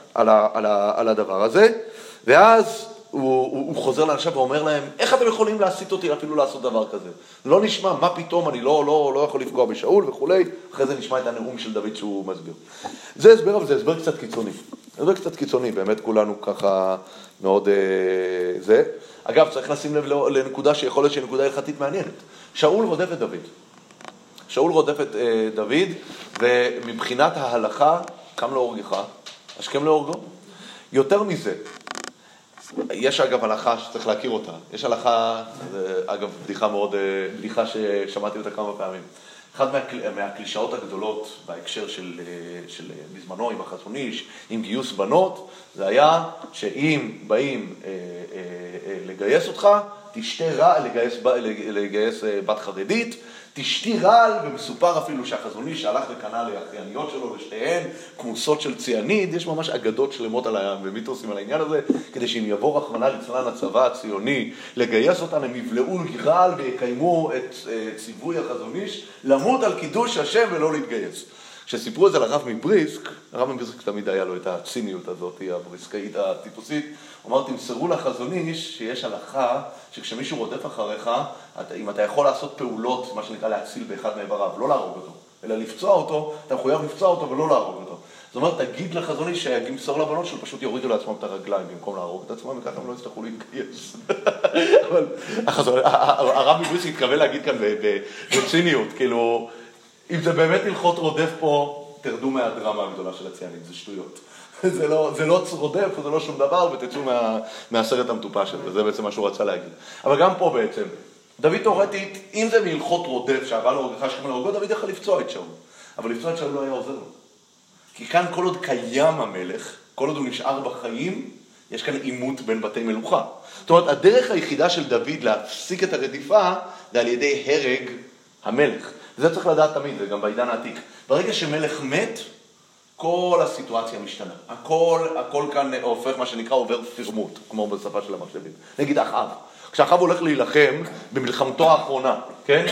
על הדבר הזה, ואז הוא חוזר לאנשיו ואומר להם, איך אתם יכולים להסית אותי אפילו לעשות דבר כזה? לא נשמע, מה פתאום, אני לא יכול לפגוע בשאול וכולי, אחרי זה נשמע את הנאום של דוד שהוא מסביר. זה הסבר, אבל זה הסבר קצת קיצוני. הסבר קצת קיצוני, באמת כולנו ככה מאוד זה. אגב, צריך לשים לב לנקודה שיכול להיות שהיא נקודה הלכתית מעניינת. שאול רודף את דוד. שאול רודף את דוד, ומבחינת ההלכה, קם להורגך, השכם להורגו. יותר מזה, יש אגב הלכה שצריך להכיר אותה. יש הלכה, אגב בדיחה ששמעתי אותה כמה פעמים. אחת מהקלישאות הגדולות בהקשר של בזמנו עם החזון איש, עם גיוס בנות, זה היה שאם באים לגייס אותך, תשתה רעל, לגייס בת חרדית, תשתי רעל, ומסופר אפילו שהחזון איש שהלך וקנה לאחייניות שלו לשתיהן כמוסות של ציאניד, יש ממש אגדות שלמות ומיתוסים על העניין הזה, כדי שאם יבוא רחמנא ליצלן הצבא הציוני לגייס אותן, הם יבלעו רעל ויקיימו את ציווי החזון איש, למות על קידוש השם ולא להתגייס. כשסיפרו את זה לרב מבריסק, הרב מבריסק תמיד היה לו את הציניות הזאת, הבריסקאית הטיפוסית, הוא אמר, תמסרו לחזון איש שיש הלכה שכשמישהו רודף אחריך, אם אתה יכול לעשות פעולות, מה שנקרא להציל באחד מאיבריו, לא להרוג אותו, אלא לפצוע אותו, אתה מחויב לפצוע אותו ולא להרוג אותו. זאת אומרת, תגיד לחזון איש שימסור לבנות שלו, פשוט יורידו לעצמם את הרגליים במקום להרוג את עצמם, וככה הם לא יצטרכו להתגייס. אבל הרב מבריסק התכוון להגיד כאן בציניות, כאילו, אם זה באמת הלכות רודף פה, תרדו מהדרמה הגדולה של הציאנית, זה שטויות. זה לא רודף, זה לא שום דבר, ותצאו מהסרט המטופש הזה, זה בעצם מה שהוא רצה להגיד. אבל גם פה בעצם, דוד תיאורטית, אם זה מהלכות רודף, שהבא להורגך שכם להורגו, דוד יכול לפצוע את שאול. אבל לפצוע את שאול לא היה עוזר לו. כי כאן כל עוד קיים המלך, כל עוד הוא נשאר בחיים, יש כאן עימות בין בתי מלוכה. זאת אומרת, הדרך היחידה של דוד להפסיק את הרדיפה, זה על ידי הרג המלך. זה צריך לדעת תמיד, זה גם בעידן העתיק. ברגע שמלך מת, כל הסיטואציה משתנה. הכל כאן הופך מה שנקרא עובר פרמות, כמו בשפה של המחשבים. נגיד אחאב. כשאחאב הולך להילחם במלחמתו האחרונה, כן?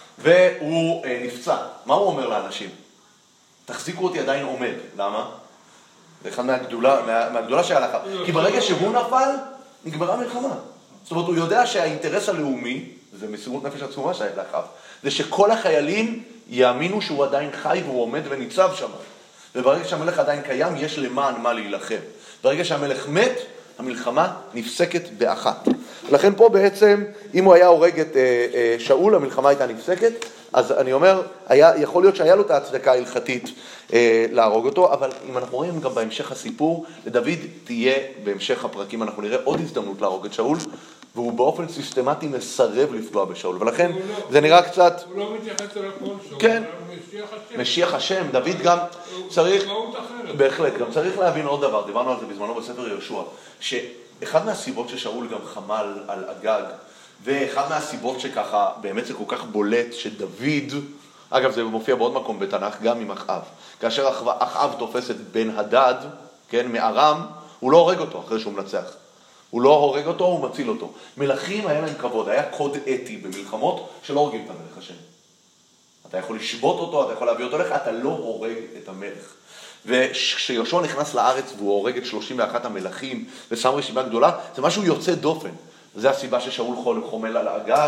והוא נפצע. מה הוא אומר לאנשים? תחזיקו אותי עדיין עומד. למה? זה אחד מהגדולה שהיה לך. כי ברגע שהוא נפל, נגמרה מלחמה. זאת אומרת, הוא יודע שהאינטרס הלאומי, זה מסירות נפש עצומה שהיה לאחאב, זה שכל החיילים יאמינו שהוא עדיין חי והוא עומד וניצב שם. וברגע שהמלך עדיין קיים, יש למען מה להילחם. ברגע שהמלך מת, המלחמה נפסקת באחת. לכן פה בעצם, אם הוא היה הורג את שאול, המלחמה הייתה נפסקת, אז אני אומר, יכול להיות שהיה לו את ההצדקה ההלכתית להרוג אותו, אבל אם אנחנו רואים גם בהמשך הסיפור, לדוד תהיה בהמשך הפרקים, אנחנו נראה עוד הזדמנות להרוג את שאול, והוא באופן סיסטמטי מסרב לפגוע בשאול, ולכן זה נראה קצת... הוא לא מתייחס אל הכל שאול, כן. משיח השם. משיח השם, דוד גם צריך... משמעות אחרת. בהחלט, גם צריך להבין עוד דבר, דיברנו על זה בזמנו בספר יהושע, שאחד מהסיבות ששאול גם חמל על אגג, ואחד מהסיבות שככה, באמת זה כל כך בולט, שדוד, אגב זה מופיע בעוד מקום בתנ"ך, גם עם אחאב, כאשר אחאב תופס את בן הדד, כן, מארם, הוא לא הורג אותו אחרי שהוא מנצח. הוא לא הורג אותו, הוא מציל אותו. מלכים היה להם כבוד, היה קוד אתי במלחמות שלא הורגים את המלך השני. אתה יכול לשבות אותו, אתה יכול להביא אותו לך, אתה לא הורג את המלך. וכשיהושע נכנס לארץ והוא הורג את 31 המלכים ושם רשימה גדולה, זה משהו יוצא דופן. זה הסיבה ששאול חומל על אגג,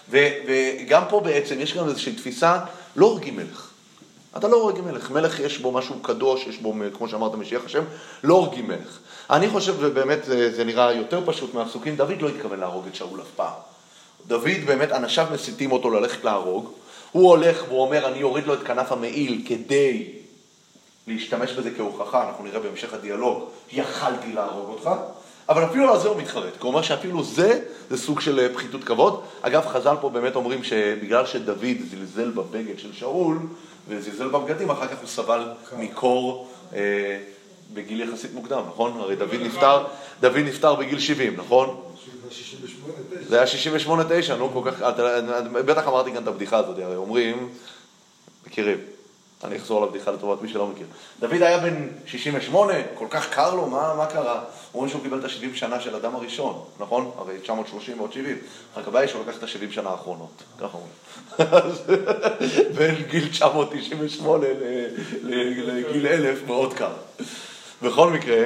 וגם פה בעצם יש גם איזושהי תפיסה, לא הורגים מלך. אתה לא הורגים מלך. מלך יש בו משהו קדוש, יש בו, כמו שאמרת, משיח השם, לא הורגים מלך. אני חושב, ובאמת זה נראה יותר פשוט מהפסוקים, דוד לא התכוון להרוג את שאול אף פעם. דוד באמת, אנשיו מסיתים אותו ללכת להרוג, הוא הולך והוא אומר, אני יוריד לו את כנף המעיל כדי להשתמש בזה כהוכחה, אנחנו נראה בהמשך הדיאלוג, יכלתי להרוג אותך, אבל אפילו על זה הוא מתחרט, כלומר שאפילו זה סוג של פחיתות כבוד. אגב, חז"ל פה באמת אומרים שבגלל שדוד זלזל בבגד של שאול, וזלזל בבגדים, אחר כך הוא סבל מקור בגיל יחסית מוקדם, נכון? הרי דוד נפטר בגיל 70, נכון? זה היה 68-9, נו, כל כך, בטח אמרתי כאן את הבדיחה הזאת, הרי אומרים, מכירים, אני אחזור על הבדיחה לטובת מי שלא מכיר. דוד היה בן 68, כל כך קר לו, מה קרה? אומרים שהוא קיבל את ה-70 שנה של אדם הראשון, נכון? הרי 930 ועוד 70. רק הבעיה שהוא לקח את ה-70 שנה האחרונות, ככה אומרים. בין גיל 998 לגיל 1000 מאוד קר. בכל מקרה,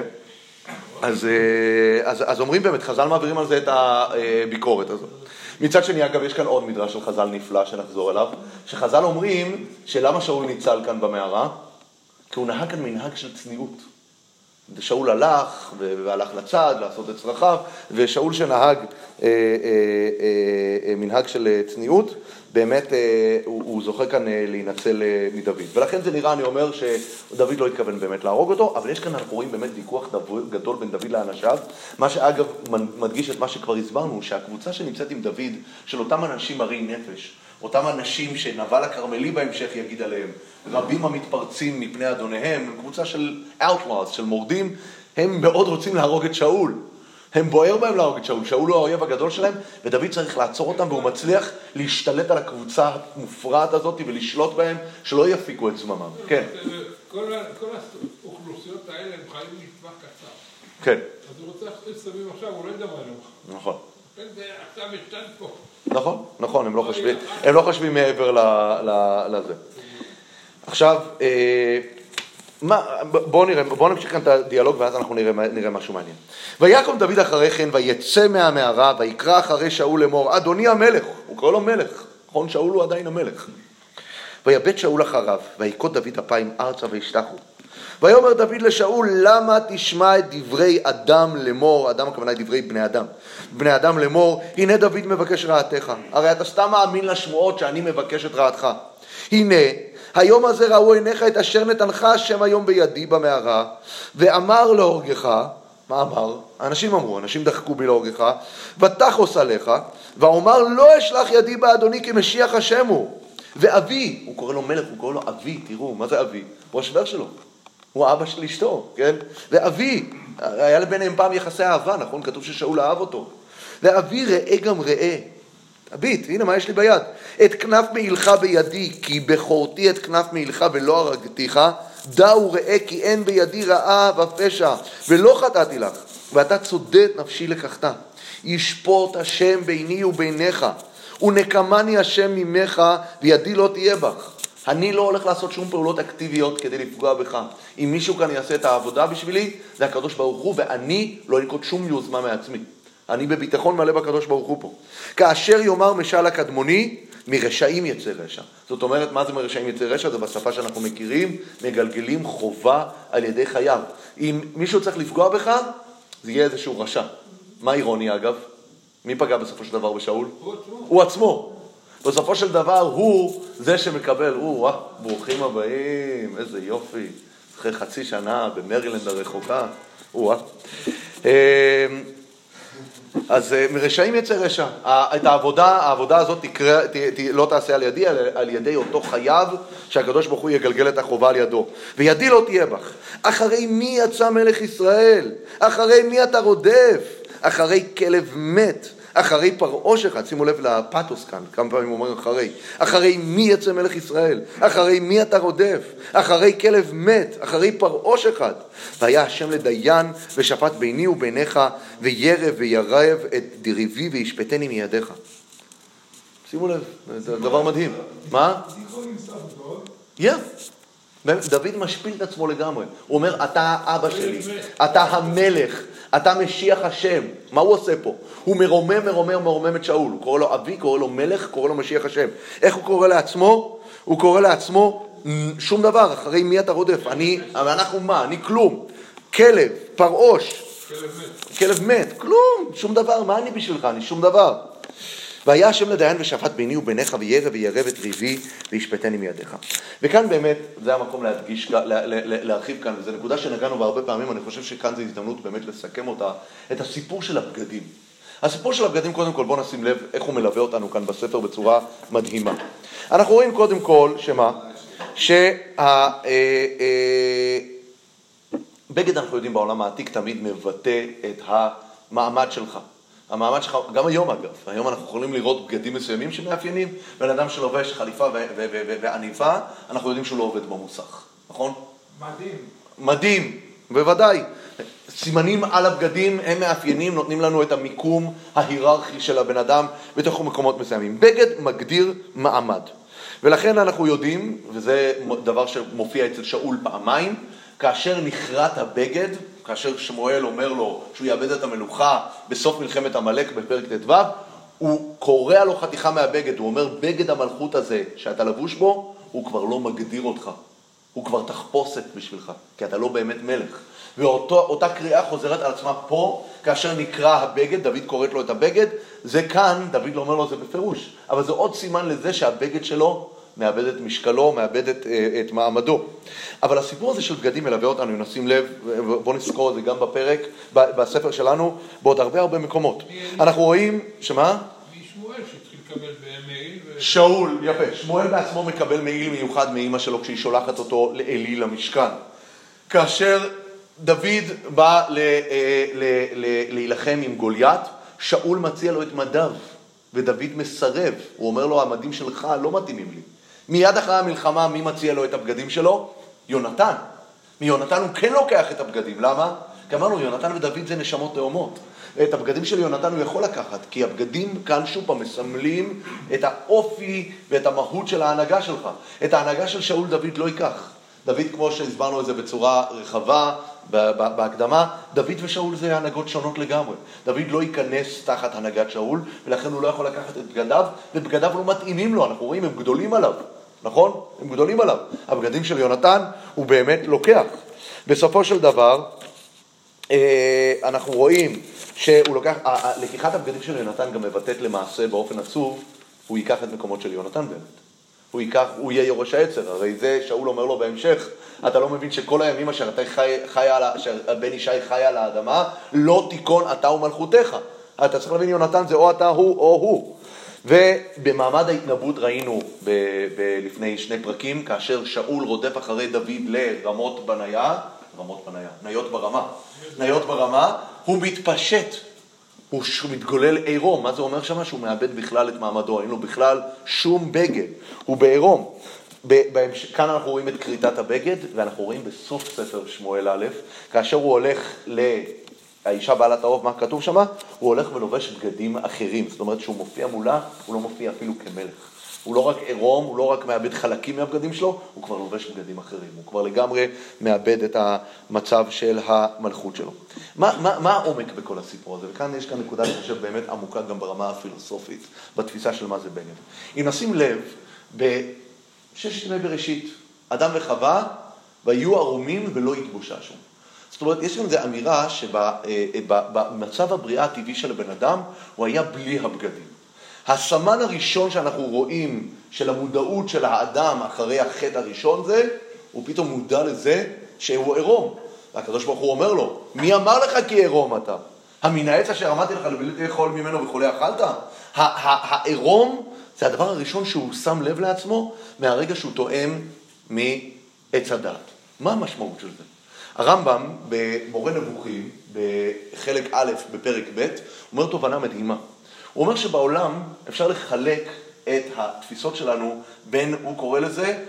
אז אומרים באמת, חז"ל מעבירים על זה את הביקורת הזאת. מצד שני, אגב, יש כאן עוד מדרש של חז"ל נפלא שנחזור אליו, שחז"ל אומרים שלמה שאול ניצל כאן במערה? כי הוא נהג כאן מנהג של צניעות. שאול הלך והלך לצד לעשות את צרכיו, ושאול שנהג מנהג של צניעות, באמת הוא זוכה כאן להינצל מדוד. ולכן זה נראה, אני אומר, שדוד לא התכוון באמת להרוג אותו, אבל יש כאן, אנחנו רואים באמת ויכוח גדול בין דוד לאנשיו, מה שאגב מדגיש את מה שכבר הסברנו, שהקבוצה שנמצאת עם דוד, של אותם אנשים מרי נפש, אותם אנשים שנבל הכרמלי בהמשך יגיד עליהם, רבים המתפרצים מפני אדוניהם, קבוצה של outlaws, של מורדים, הם מאוד רוצים להרוג את שאול. הם בוער בהם להרוג את שאול. שאול הוא האויב הגדול שלהם, ודוד צריך לעצור אותם, והוא מצליח להשתלט על הקבוצה המופרעת הזאת ולשלוט בהם, שלא יפיקו את זממם. כן. כל האוכלוסיות האלה הם חיים לטווח קצר. כן. אז הוא רוצה לעשות סביב עכשיו, הוא לא יודע מה לא. נכון. זה עכשיו משתן פה. נכון, הם לא חושבים מעבר לזה. עכשיו, בואו נמשיך כאן את הדיאלוג ואז אנחנו נראה משהו מעניין. ויקום דוד אחרי כן ויצא מהמערה ויקרא אחרי שאול לאמור, אדוני המלך, הוא קורא לו מלך, נכון? שאול הוא עדיין המלך. ויבט שאול אחריו ויקוד דוד אפיים ארצה וישתחו. ויאמר דוד לשאול, למה תשמע את דברי אדם לאמור, אדם הכוונה דברי בני אדם, בני אדם לאמור, הנה דוד מבקש רעתך. הרי אתה סתם מאמין לשמועות שאני מבקש את רעתך. הנה, היום הזה ראו עיניך את אשר נתנך השם היום בידי במערה, ואמר להורגך, מה אמר? אנשים דחקו בי להורגך, ותחוס עליך, ואומר לא אשלח ידי באדוני כי משיח השם הוא. ואבי, הוא קורא לו מלך, הוא קורא לו אבי, תראו, מה זה אבי? הוא השבר שלו. הוא האבא של אשתו, כן? ואבי, היה לביניהם פעם יחסי אהבה, נכון? כתוב ששאול אהב אותו. ואבי ראה גם ראה. הביט, הנה מה יש לי ביד. את כנף מעילך בידי, כי בכורתי את כנף מעילך ולא הרגתיך, דעו ראה כי אין בידי רעה ופשע, ולא חטאתי לך, ואתה צודד נפשי לקחתה. ישפוט השם ביני וביניך, ונקמני השם ממך, וידי לא תהיה בך. אני לא הולך לעשות שום פעולות אקטיביות כדי לפגוע בך. אם מישהו כאן יעשה את העבודה בשבילי, זה הקדוש ברוך הוא, ואני לא אנקוט שום יוזמה מעצמי. אני בביטחון מלא בקדוש ברוך הוא פה. כאשר יאמר משל הקדמוני, מרשעים יצא רשע. זאת אומרת, מה זה מרשעים יצא רשע? זה בשפה שאנחנו מכירים, מגלגלים חובה על ידי חייו. אם מישהו צריך לפגוע בך, זה יהיה איזשהו רשע. מה אירוני אגב? מי פגע בסופו של דבר בשאול? הוא עצמו. בסופו של דבר הוא זה שמקבל, ברוכים הבאים, איזה יופי, אחרי חצי שנה במרילנד הרחוקה, אז מרשעים יצא רשע. את העבודה הזאת לא תעשה על ידי, על ידי אותו חייב שהקדוש ברוך הוא יגלגל את החובה על ידו. וידי לא תהיה בך. אחרי מי יצא מלך ישראל? אחרי מי אתה רודף? אחרי כלב מת. אחרי פרעוש אחד, שימו לב לפתוס כאן, כמה פעמים אומרים אחרי מי יצא מלך ישראל? אחרי מי אתה רודף? אחרי כלב מת, אחרי פרעוש אחד. והיה השם לדיין ושפט ביני וביניך, וירב וירב את דריבי וישפטני מידיך. שימו לב, זה דבר מדהים. מה? דוד משפיל את עצמו לגמרי. הוא אומר, אתה האבא שלי, אתה המלך, אתה משיח השם. מה הוא עושה פה? הוא מרומם את שאול. הוא קורא לו אבי, קורא לו מלך, קורא לו משיח השם. איך הוא קורא לעצמו? הוא קורא לעצמו שום דבר. אחרי מי אתה רודף? אנחנו מה? אני כלום. כלב, פרעוש. כלב מת. כלום. שום דבר. מה אני בשבילך? אני שום דבר. והיה השם לדיין ושפט ביני וביניך וירא וירב את ריבי וישפטני מידיך. וכאן באמת, זה המקום להדגיש, להרחיב כאן, וזו נקודה שנגענו בה הרבה פעמים, אני חושב שכאן זו הזדמנות באמת לסכם אותה, את הסיפור של הבגדים. הסיפור של הבגדים, קודם כל, בואו נשים לב איך הוא מלווה אותנו כאן בספר בצורה מדהימה. אנחנו רואים קודם כל, בגד אנחנו יודעים בעולם העתיק תמיד מבטא את המעמד שלך. המעמד שלך, גם היום אגב, היום אנחנו יכולים לראות בגדים מסוימים שמאפיינים בן אדם שלובש חליפה ועניבה, אנחנו יודעים שהוא לא עובד במוסך, נכון? מדהים. מדהים, בוודאי. סימנים על הבגדים הם מאפיינים, נותנים לנו את המיקום ההיררכי של הבן אדם בתוך מקומות מסוימים. בגד מגדיר מעמד. ולכן אנחנו יודעים, וזה דבר שמופיע אצל שאול פעמיים, כאשר נחרט הבגד, כאשר שמואל אומר לו שהוא יאבד את המלוכה בסוף מלחמת עמלק בפרק ט"ו, הוא קורע לו חתיכה מהבגד, הוא אומר, בגד המלכות הזה שאתה לבוש בו, הוא כבר לא מגדיר אותך, הוא כבר תחפושת בשבילך, כי אתה לא באמת מלך. ואותה קריאה חוזרת על עצמה פה, כאשר נקרא הבגד, דוד קוראת לו את הבגד, זה כאן, דוד לא אומר לו זה בפירוש, אבל זה עוד סימן לזה שהבגד שלו מאבד את משקלו, מאבד את מעמדו. אבל הסיפור הזה של בגדים מלווה אותנו, אם נשים לב, בואו נזכור את זה גם בפרק, בספר שלנו, בעוד הרבה מקומות. אנחנו רואים, שמה? משמואל שהתחיל לקבל במעיל. שאול, יפה. שמואל בעצמו מקבל מעיל מיוחד מאמא שלו כשהיא שולחת אותו לאלי למשכן. כאשר דוד בא להילחם עם גוליית, שאול מציע לו את מדיו, ודוד מסרב. הוא אומר לו, המדים שלך לא מתאימים לי. מיד אחרי המלחמה, מי מציע לו את הבגדים שלו? יונתן. מיונתן הוא כן לוקח את הבגדים. למה? כי אמרנו, יונתן ודוד זה נשמות תאומות. את הבגדים של יונתן הוא יכול לקחת, כי הבגדים כאן שוב פעם מסמלים את האופי ואת המהות של ההנהגה שלך. את ההנהגה של שאול דוד לא ייקח. דוד, כמו שהסברנו את זה בצורה רחבה, בהקדמה, דוד ושאול זה הנהגות שונות לגמרי. דוד לא ייכנס תחת הנהגת שאול, ולכן הוא לא יכול לקחת את בגדיו, ובגדיו לא מתאימים לו, אנחנו רואים, הם גדולים עליו, נכון? הם גדולים עליו. הבגדים של יונתן הוא באמת לוקח. בסופו של דבר, אנחנו רואים שהוא לוקח, לקיחת הבגדים של יונתן גם מבטאת למעשה באופן עצוב, הוא ייקח את מקומות של יונתן באמת. הוא יהיה יורש העצר, הרי זה שאול אומר לו בהמשך, אתה לא מבין שכל הימים אשר בן ישי חי על האדמה, לא תיכון אתה ומלכותך. אתה צריך להבין, יונתן זה או אתה הוא או הוא. ובמעמד ההתנבאות ראינו לפני 2 פרקים, כאשר שאול רודף אחרי דוד לרמות בניה, ניות ברמה, הוא מתפשט, הוא מתגולל עירום. מה זה אומר שמה? שהוא מאבד בכלל את מעמדו, אין לו בכלל שום בגד, הוא בעירום. כאן אנחנו רואים את קריטת הבגד, ואנחנו רואים בסוף ספר שמואל א', כאשר הוא הולך האישה בעלת האוב, מה כתוב שם? הוא הולך ולובש בגדים אחרים, זאת אומרת שהוא מופיע מולה, הוא לא מופיע אפילו כמלך. הוא לא רק עירום, הוא לא רק מאבד חלקים מהבגדים שלו, הוא כבר לובש בגדים אחרים, הוא כבר לגמרי מאבד את המצב של המלכות שלו. מה העומק בכל הסיפור הזה? וכאן יש כאן נקודה, אני חושב, באמת עמוקה גם ברמה הפילוסופית, בתפיסה של מה זה בגד. אם נשים לב, בששת ימי בראשית, אדם וחווה, והיו ערומים ולא התבוששו. זאת אומרת, יש לנו איזו אמירה שבמצב הבריאה הטבעי של הבן אדם, הוא היה בלי הבגדים. הסמן הראשון שאנחנו רואים של המודעות של האדם אחרי החטא הראשון זה, הוא פתאום מודע לזה שהוא עירום. והקדוש ברוך הוא אומר לו, מי אמר לך כי עירום אתה? המן העץ אשר אמרתי לך לבלי תאכול ממנו וכולי אכלת? העירום זה הדבר הראשון שהוא שם לב לעצמו מהרגע שהוא תואם מעץ הדעת. מה המשמעות של זה? הרמב"ם במורה נבוכים, בחלק א' בפרק ב', אומר תובנה מדהימה. הוא אומר שבעולם אפשר לחלק את התפיסות שלנו בין, הוא קורא לזה,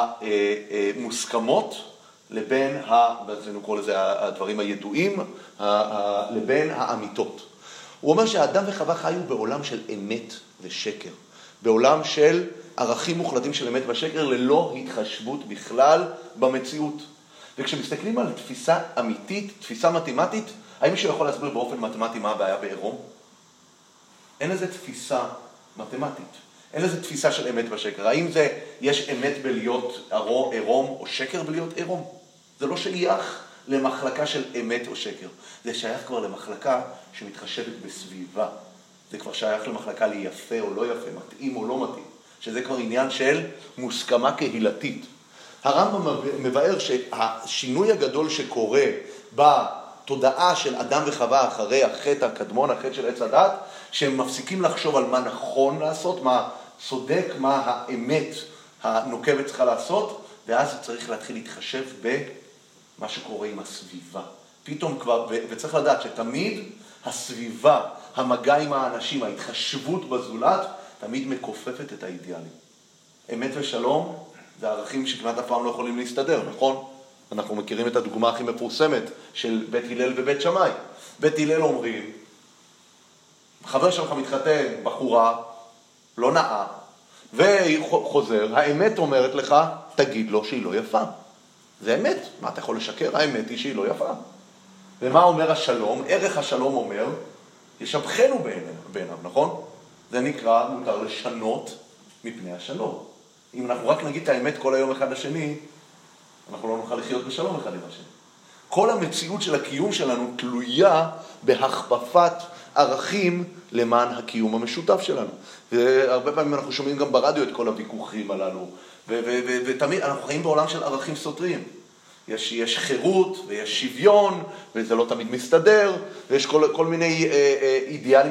המוסכמות, לבין, הוא קורא לזה הדברים הידועים, לבין האמיתות. הוא אומר שהאדם וחווה חיו בעולם של אמת ושקר, בעולם של ערכים מוחלטים של אמת ושקר, ללא התחשבות בכלל במציאות. וכשמסתכלים על תפיסה אמיתית, תפיסה מתמטית, האם מישהו יכול להסביר באופן מתמטי מה הבעיה בעירום? אין איזו תפיסה מתמטית, אין איזו תפיסה של אמת ושקר. האם יש אמת בלהיות עירום או שקר בלהיות עירום? זה לא שייך למחלקה של אמת או שקר, זה שייך כבר למחלקה שמתחשבת בסביבה. זה כבר שייך למחלקה ליפה או לא יפה, מתאים או לא מתאים, שזה כבר עניין של מוסכמה קהילתית. הרמב"ם מבאר שהשינוי הגדול שקורה בתודעה של אדם וחווה אחרי החטא הקדמון, החטא של עץ הדת, שהם מפסיקים לחשוב על מה נכון לעשות, מה צודק, מה האמת הנוקבת צריכה לעשות, ואז צריך להתחיל להתחשב במה שקורה עם הסביבה. פתאום כבר, וצריך לדעת שתמיד הסביבה, המגע עם האנשים, ההתחשבות בזולת, תמיד מכופפת את האידיאלים. אמת ושלום זה ערכים שכמעט אף פעם לא יכולים להסתדר, נכון? אנחנו מכירים את הדוגמה הכי מפורסמת של בית הלל ובית שמאי. בית הלל אומרים, חבר שלך מתחתן, בחורה, לא נאה, וחוזר, האמת אומרת לך, תגיד לו שהיא לא יפה. זה אמת. מה אתה יכול לשקר? האמת היא שהיא לא יפה. ומה אומר השלום? ערך השלום אומר, ישבחנו בעיניו, נכון? זה נקרא, מותר לשנות מפני השלום. אם אנחנו רק נגיד את האמת כל היום אחד לשני, אנחנו לא נוכל לחיות בשלום אחד עם השני. כל המציאות של הקיום שלנו תלויה בהכפפת ערכים למען הקיום המשותף שלנו. והרבה פעמים אנחנו שומעים גם ברדיו את כל הוויכוחים הללו, ותמיד אנחנו חיים בעולם של ערכים סותרים. יש חירות ויש שוויון, וזה לא תמיד מסתדר, ויש כל מיני אידיאלים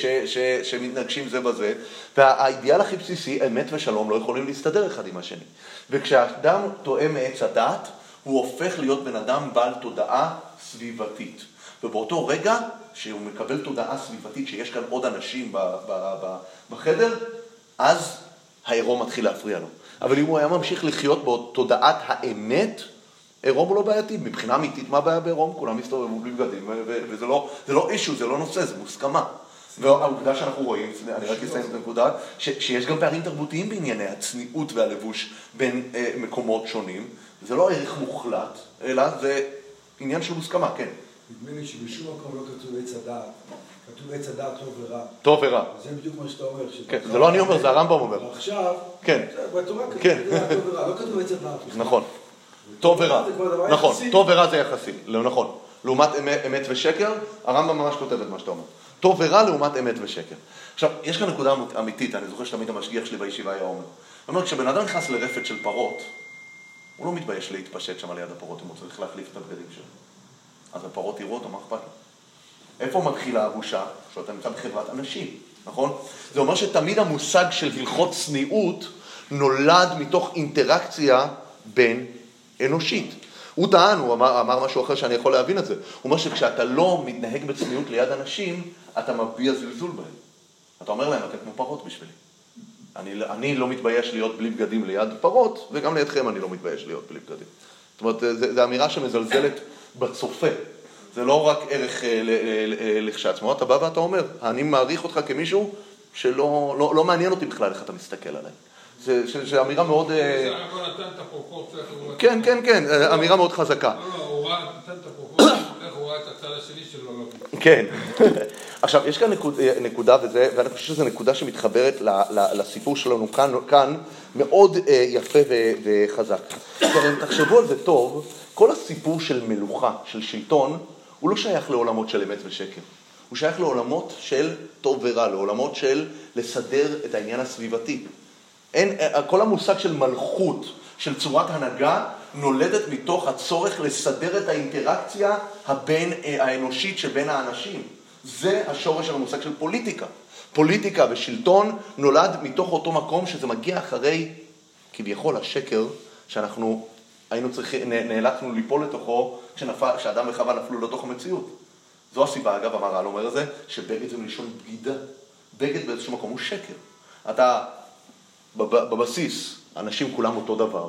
שמתנגשים זה בזה, והאידיאל הכי בסיסי, אמת ושלום, לא יכולים להסתדר אחד עם השני. וכשהאדם טועה מעץ הדת, הוא הופך להיות בן אדם בעל תודעה סביבתית. ובאותו רגע שהוא מקבל תודעה סביבתית, שיש כאן עוד אנשים בחדר, אז העירום מתחיל להפריע לו. אבל אם הוא היה ממשיך לחיות בתודעת האמת, עירום הוא לא בעייתי. מבחינה אמיתית, מה בעיה בעירום? כולם מסתובבו בלי בגדים, וזה לא אישו, זה לא נושא, זה מוסכמה. והעובדה שאנחנו רואים, אני רק אסיים את הנקודה, שיש גם פערים תרבותיים בענייני הצניעות והלבוש בין מקומות שונים. זה לא ערך מוחלט, אלא זה עניין של מוסכמה, כן. נדמה לי שבשום מקום לא כתוב עץ הדעת, כתוב עץ הדעת טוב ורע. טוב ורע. זה בדיוק מה שאתה אומר. כן, זה לא אני אומר, זה הרמב"ם אומר. עכשיו, כן. בתורה כתוב כן. טוב ורע, לא כתוב עץ הדעת. נכון. טוב ורע. נכון, טוב ורע זה יחסי, לא נכון. לעומת אמת ושקר, הרמב"ם ממש כותב את מה שאתה אומר. טוב ורע לעומת אמת ושקר. עכשיו, יש כאן נקודה אמיתית, אני זוכר שתמיד המשגיח שלי בישיבה היה אומר. זאת אומרת, כשבן אדם נכנס לרפת של פרות, הוא לא מתבייש להתפשט שם ליד הפרות, אם הוא צריך להחליף את הבגדים שלו. אז הפרות יראו אותו, מה אכפת לו? איפה מתחילה הבושה? שאתה נמצא בחברת אנשים, נכון? זה אומר שתמיד המושג של הלכות צניעות נולד מתוך אינטראקציה בין אנושית. הוא טען, הוא אמר משהו אחר שאני יכול להבין את זה. הוא אומר שכשאתה לא מתנהג בצניעות ליד אנשים, אתה מביע זלזול בהם. אתה אומר להם, אתם כמו פרות בשבילי. אני לא מתבייש להיות בלי בגדים ליד פרות, וגם לידכם אני לא מתבייש להיות בלי בגדים. זאת אומרת, זו אמירה שמזלזלת בצופה. זה לא רק ערך לכשעצמו, אתה בא ואתה אומר, אני מעריך אותך כמישהו שלא מעניין אותי בכלל איך אתה מסתכל עליי. זו אמירה מאוד... זה הרמב"ם נתן את הפרופורציה. כן, כן, כן, אמירה מאוד חזקה. לא, הוא נתן את הפרופורציה, איך הוא ראה את הצד השני שלו. כן. עכשיו, יש כאן נקודה ואני חושב שזו נקודה שמתחברת לסיפור שלנו כאן מאוד יפה וחזק. אם תחשבו על זה טוב, כל הסיפור של מלוכה, של שלטון, הוא לא שייך לעולמות של אמת ושקר. הוא שייך לעולמות של טוב ורע, לעולמות של לסדר את העניין הסביבתי. כל המושג של מלכות, של צורת הנהגה, נולדת מתוך הצורך לסדר את האינטראקציה האנושית שבין האנשים. זה השורש של המושג של פוליטיקה. פוליטיקה ושלטון נולד מתוך אותו מקום שזה מגיע אחרי, כביכול, השקר שאנחנו נאלצנו ליפול לתוכו כשאדם וחווה נפלו לתוך המציאות. זו הסיבה, אגב, המהר"ל אומר את זה, שבגד זה מלשון בגידה. בגד באיזשהו מקום הוא שקר. אתה, בבסיס, אנשים כולם אותו דבר,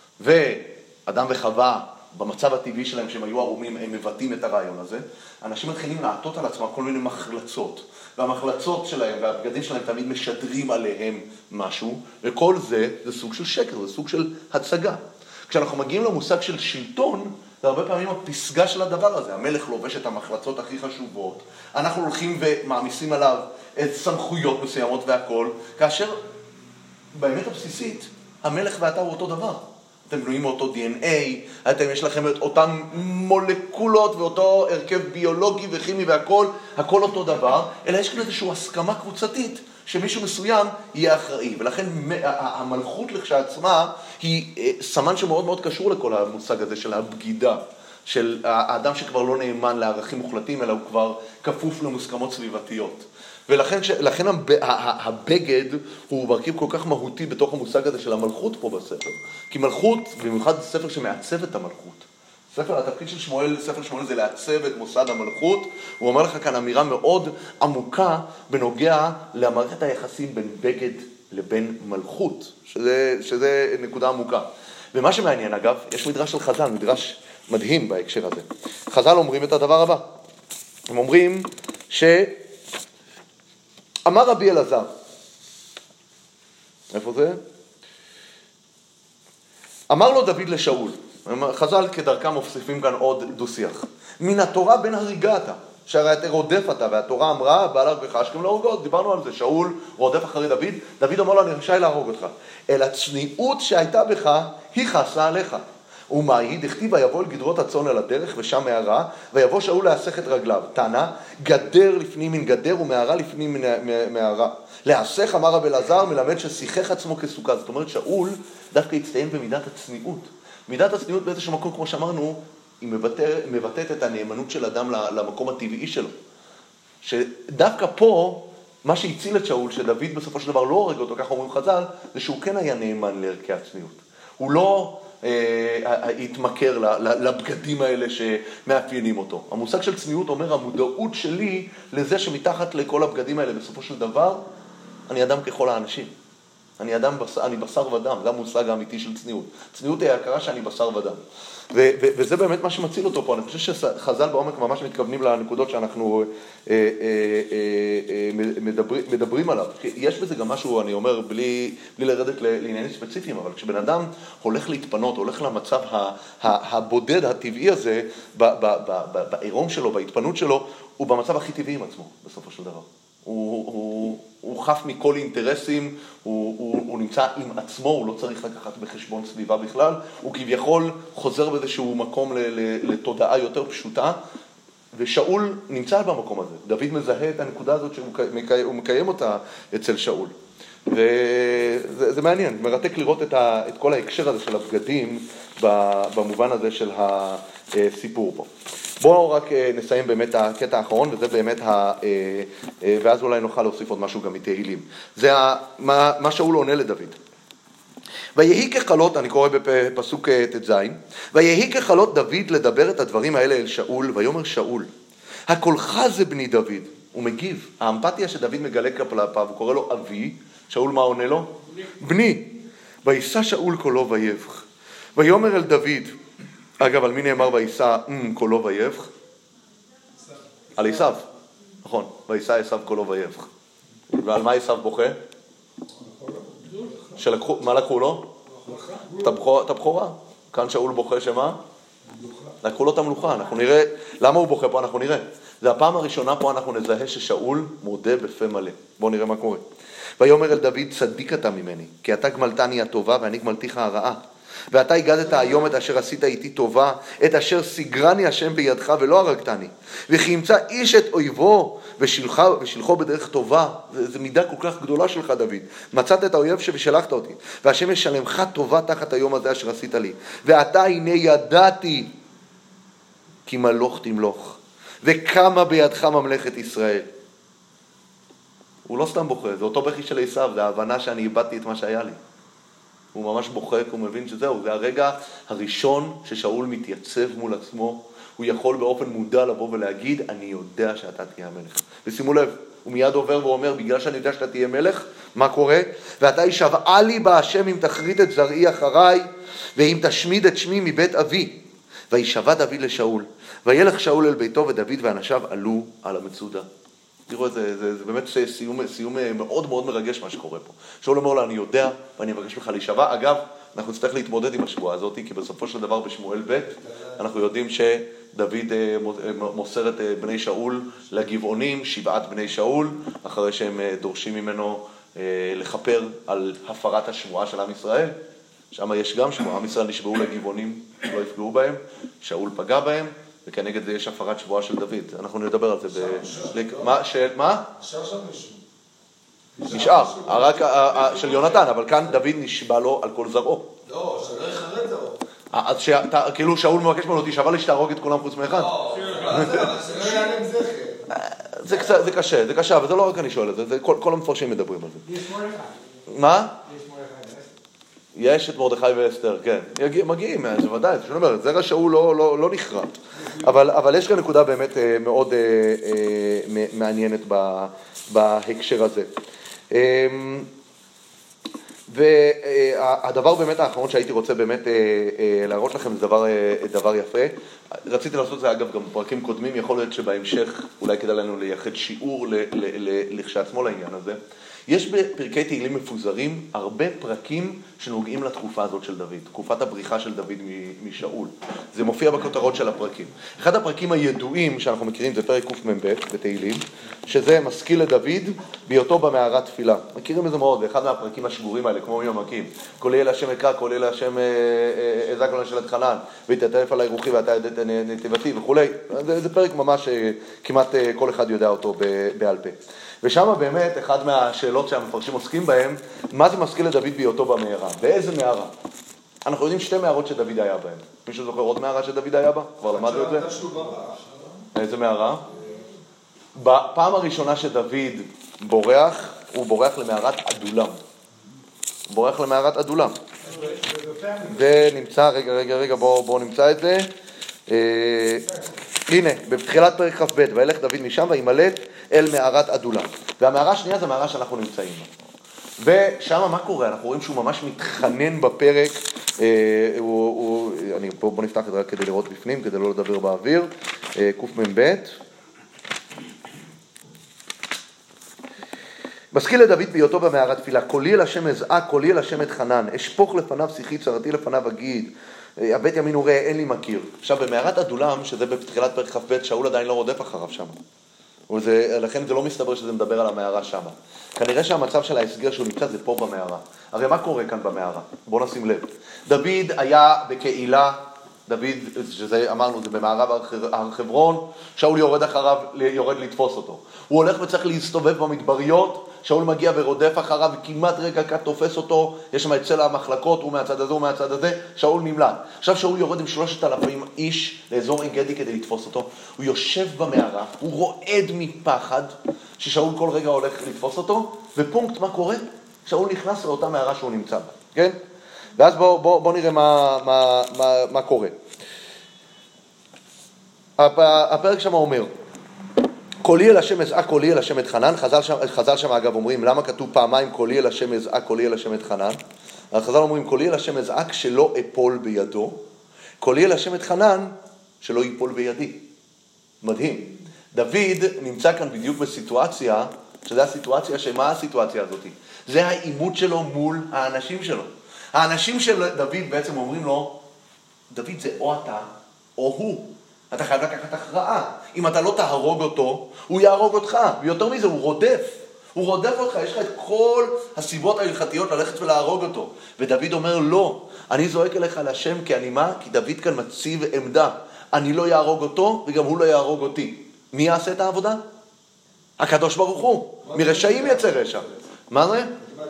ואדם וחווה, במצב הטבעי שלהם, שהם היו ערומים, הם מבטאים את הרעיון הזה, אנשים מתחילים לעטות על עצמם כל מיני מחלצות, והמחלצות שלהם והבגדים שלהם תמיד משדרים עליהם משהו, וכל זה סוג של שקר, זה סוג של הצגה. כשאנחנו מגיעים למושג של שלטון, זה הרבה פעמים הפסגה של הדבר הזה. המלך לובש את המחלצות הכי חשובות, אנחנו הולכים ומעמיסים עליו את סמכויות מסוימות והכל, כאשר באמת הבסיסית, המלך ואתה הוא אותו דבר. אתם בנויים מאותו DNA, יש לכם את אותן מולקולות ואותו הרכב ביולוגי וכימי והכל, הכל אותו דבר, אלא יש כאן איזושהי הסכמה קבוצתית שמישהו מסוים יהיה אחראי. ולכן המלכות לכשעצמה היא סמן שמאוד מאוד קשור לכל המושג הזה של הבגידה, של האדם שכבר לא נאמן לערכים מוחלטים, אלא הוא כבר כפוף למוסכמות סביבתיות. ולכן הבגד הוא מרכיב כל כך מהותי בתוך המושג הזה של המלכות פה בספר. כי מלכות, במיוחד ספר שמעצב את המלכות. התפקיד של ספר שמואל זה לעצב את מוסד המלכות. הוא אומר לך כאן אמירה מאוד עמוקה בנוגע למערכת היחסים בין בגד לבין מלכות, שזה נקודה עמוקה. ומה שמעניין אגב, יש מדרש של חז"ל, מדרש מדהים בהקשר הזה. חז"ל אומרים את הדבר הבא. הם אומרים אמר רבי אלעזר, איפה זה? אמר לו דוד לשאול, חז"ל כדרכם מוסיפים כאן עוד דו-שיח. מן התורה בין הריגה אתה, שהרי אתה רודף אתה, והתורה אמרה, בעליו וחשכם להורגות, דיברנו על זה, שאול רודף אחרי דוד, דוד אומר לו, אני רשאי להרוג אותך. אלא צניעות שהייתה בך, היא חסה עליך. ומה היא? דכתיב ויבוא אל גדרות הצאן אל הדרך ושם מערה, ויבוא שאול להסך את רגליו. טענה, גדר לפנים מן גדר ומערה לפנים מן מערה. להסך, אמר רבי אלעזר, מלמד ששיחך עצמו כסוכה. זאת אומרת, שאול דווקא הצטיין במידת הצניעות. מידת הצניעות באיזשהו מקום, כמו שאמרנו, היא מבטאת את הנאמנות של אדם למקום הטבעי שלו. שדווקא פה, מה שהציל את שאול, שדוד בסופו של דבר לא הורג אותו, כך אומרים חז"ל, זה שהוא כן היה נאמן לערכי הצניעות. הוא לא התמכר לבגדים האלה שמאפיינים אותו. המושג של צניעות אומר, המודעות שלי לזה שמתחת לכל הבגדים האלה, בסופו של דבר, אני אדם ככל האנשים. אני בשר ודם, זה המושג האמיתי של צניעות. צניעות היא ההכרה שאני בשר ודם. וזה באמת מה שמציל אותו פה. אני חושב שחז"ל בעומק ממש מתכוונים לנקודות שאנחנו מדברים עליו. יש בזה גם משהו, אני אומר, בלי לרדת לעניינים ספציפיים, אבל כשבן אדם הולך להתפנות, הולך למצב הבודד, הטבעי הזה, בעירום שלו, בהתפנות שלו, הוא במצב הכי טבעי עם עצמו, בסופו של דבר. הוא חף מכל אינטרסים, הוא נמצא עם עצמו, הוא לא צריך לקחת בחשבון סביבה בכלל, הוא כביכול חוזר באיזשהו מקום לתודעה יותר פשוטה, ושאול נמצא במקום הזה. דוד מזהה את הנקודה הזאת שהוא מקיים אותה אצל שאול. וזה מעניין, מרתק לראות את כל ההקשר הזה של הבגדים במובן הזה של הסיפור פה. בואו רק נסיים באמת הקטע האחרון, וזה באמת, ואז אולי נוכל להוסיף עוד משהו גם מתהילים. זה מה שאול עונה לדוד. ויהי ככלות, אני קורא בפסוק ט"ז, ויהי ככלות דוד לדבר את הדברים האלה אל שאול, ויאמר שאול, הקולך זה בני דוד. הוא מגיב, האמפתיה שדוד מגלה כלפיו, הוא קורא לו אבי, שאול מה עונה לו? בני. וישא שאול קולו ויבך. ויאמר אל דוד, אגב, על מי נאמר וישא קולו ויבך? על עשיו, נכון, וישא עשיו קולו ויבך. ועל מה עשיו בוכה? מה לקחו לו? את הבכורה. כאן שאול בוכה שמה? לקחו לו את המלוכה, אנחנו נראה, למה הוא בוכה פה? אנחנו נראה. זה הפעם הראשונה פה אנחנו נזהה ששאול מודה בפה מלא. בואו נראה מה קורה. ויאמר אל דוד, צדיק אתה ממני, כי אתה גמלתני הטובה ואני גמלתיך הרעה. ואתה הגדת היום את אשר עשית איתי טובה, את אשר סגרני השם בידך ולא הרגתני. וכי ימצא איש את אויבו ושילחו בדרך טובה. זו מידה כל כך גדולה שלך דוד. מצאת את האויב ושלחת אותי. והשם ישלמך טובה תחת היום הזה אשר עשית לי. ואתה הנה ידעתי כי מלוך תמלוך. וקמה בידך ממלכת ישראל. הוא לא סתם בוכה, זה אותו בכי של עשיו, זה ההבנה שאני איבדתי את מה שהיה לי. הוא ממש בוחק, הוא מבין שזהו, זה הרגע הראשון ששאול מתייצב מול עצמו, הוא יכול באופן מודע לבוא ולהגיד, אני יודע שאתה תהיה המלך. ושימו לב, הוא מיד עובר ואומר, בגלל שאני יודע שאתה תהיה מלך, מה קורה? ואתה ישבעה לי בהשם אם תחריט את זרעי אחריי, ואם תשמיד את שמי מבית אבי. וישבע דוד לשאול, וילך שאול אל ביתו ודוד ואנשיו עלו על המצודה. תראו, זה באמת סיום מאוד מאוד מרגש מה שקורה פה. שאול אומר לו, אני יודע ואני מבקש לך להישבע. אגב, אנחנו נצטרך להתמודד עם השבועה הזאת, כי בסופו של דבר בשמואל ב' אנחנו יודעים שדוד מוסר את בני שאול לגבעונים, 7 בני שאול, אחרי שהם דורשים ממנו לכפר על הפרת השבועה של עם ישראל. שם יש גם שבועה, עם ישראל נשבעו לגבעונים, לא יפגעו בהם, שאול פגע בהם, וכנגד זה יש הפרת שבועה של דוד. אנחנו נדבר על זה מה? נשאר שם מישהו. נשאר, רק של יונתן, אבל כאן דוד נשבע לו על כל זרעו. לא, שלא יחרד זרעו. אז כאילו שאול מבקש ממנו, תשבע לי שתהרוג את כולם חוץ מאחד. לא, שלא יעלם זכר. זה קשה, אבל זה לא רק אני שואל את זה, כל המפרשים מדברים על זה. יש מרדכי. מה? יש מרדכי ואסתר. יש את מרדכי ואסתר, כן. מגיעים, זה ודאי, זה שאומר, זרע שאול לא נחרט. אבל יש כאן נקודה באמת מאוד מעניינת בהקשר הזה. והדבר באמת האחרון שהייתי רוצה באמת להראות לכם זה דבר יפה. רציתי לעשות זה אגב גם בפרקים קודמים, יכול להיות שבהמשך אולי כדאי לנו לייחד שיעור לכשעצמו לעניין הזה. יש בפרקי תהילים מפוזרים הרבה פרקים שנוגעים לתקופה הזאת של דוד, תקופת הבריחה של דוד משאול. זה מופיע בכותרות של הפרקים. אחד הפרקים הידועים שאנחנו מכירים זה פרק קמ"ב בתהילים, שזה משכיל לדוד בהיותו במערת תפילה. מכירים את זה מאוד, זה אחד מהפרקים השגורים האלה, כמו יום המקים. קולי אל השם אקרא, קולי אל השם אזעק לו לשלט חנן, והתעטף עלי רוחי ואתה ידעת נתיבתי וכולי. זה פרק ממש כמעט כל אחד יודע אותו בעל פה. ושם באמת אחד מהשאלות שהמפרשים עוסקים בהם, מה זה משכיל לדוד בהיותו במערה? באיזה מערה? אנחנו יודעים שתי מערות שדוד היה בהן. מישהו זוכר עוד מערה שדוד היה בה? כבר למדנו את זה? איזה מערה? בפעם הראשונה שדוד בורח, הוא בורח למערת אדולם. הוא בורח למערת אדולם. ונמצא, רגע, בואו נמצא את זה. הנה, בתחילת פרק כ"ב, וילך דוד משם וימלט אל מערת אדולם. והמערה השנייה זה מערה שאנחנו נמצאים בה. ושם מה קורה? אנחנו רואים שהוא ממש מתחנן בפרק, בואו נפתח את זה רק כדי לראות בפנים, כדי לא לדבר באוויר, קמ"ב. משכיל לדוד בהיותו במערת תפילה, קולי אל השם אזעק, קולי אל השם אתחנן, אשפוך לפניו שיחי, צרתי לפניו אגיד, הבט ימין וראה, אין לי מכיר. עכשיו, במערת אדולם, שזה בתחילת פרק כ"ב, שאול עדיין לא רודף אחריו שם. לכן זה לא מסתבר שזה מדבר על המערה שם. כנראה שהמצב של ההסגר שהוא נמצא זה פה במערה. הרי מה קורה כאן במערה? בואו נשים לב. דוד היה בקהילה, דוד, שזה אמרנו, זה במערב הר חברון, שאול יורד אחריו, יורד לתפוס אותו. הוא הולך וצריך להסתובב במדבריות, שאול מגיע ורודף אחריו, וכמעט רגע קט תופס אותו, יש שם את צלע המחלקות, הוא מהצד הזה, הוא מהצד הזה, שאול נמלט. עכשיו שאול יורד עם 3,000 איש לאזור עין גדי כדי לתפוס אותו, הוא יושב במערה, הוא רועד מפחד, ששאול כל רגע הולך לתפוס אותו, ופונקט מה קורה? שאול נכנס לאותה מערה שהוא נמצא בה, כן? ואז בוא נראה מה קורה. הפרק שם אומר, קולי אל השם אזעק, קולי אל השם אתחנן. חז"ל שם אגב אומרים, למה כתוב פעמיים קולי אל השם אזעק, קולי אל השם אתחנן? חז"ל אומרים, קולי אל השם אזעק שלא אפול בידו, קולי אל השם אתחנן שלא ייפול בידי. מדהים. דוד נמצא כאן בדיוק בסיטואציה, שזה הסיטואציה, שמה הסיטואציה הזאת? זה העימות שלו מול האנשים שלו. האנשים של דוד בעצם אומרים לו, דוד זה או אתה או הוא. אתה חייב לקחת הכרעה. אם אתה לא תהרוג אותו, הוא יהרוג אותך. ויותר מזה, הוא רודף. הוא רודף אותך, יש לך את כל הסיבות ההלכתיות ללכת ולהרוג אותו. ודוד אומר, לא, אני זועק אליך להשם, כי אני מה? כי דוד כאן מציב עמדה. אני לא יהרוג אותו, וגם הוא לא יהרוג אותי. מי יעשה את העבודה? הקדוש ברוך הוא. מרשעים יצא רשע. מה זה?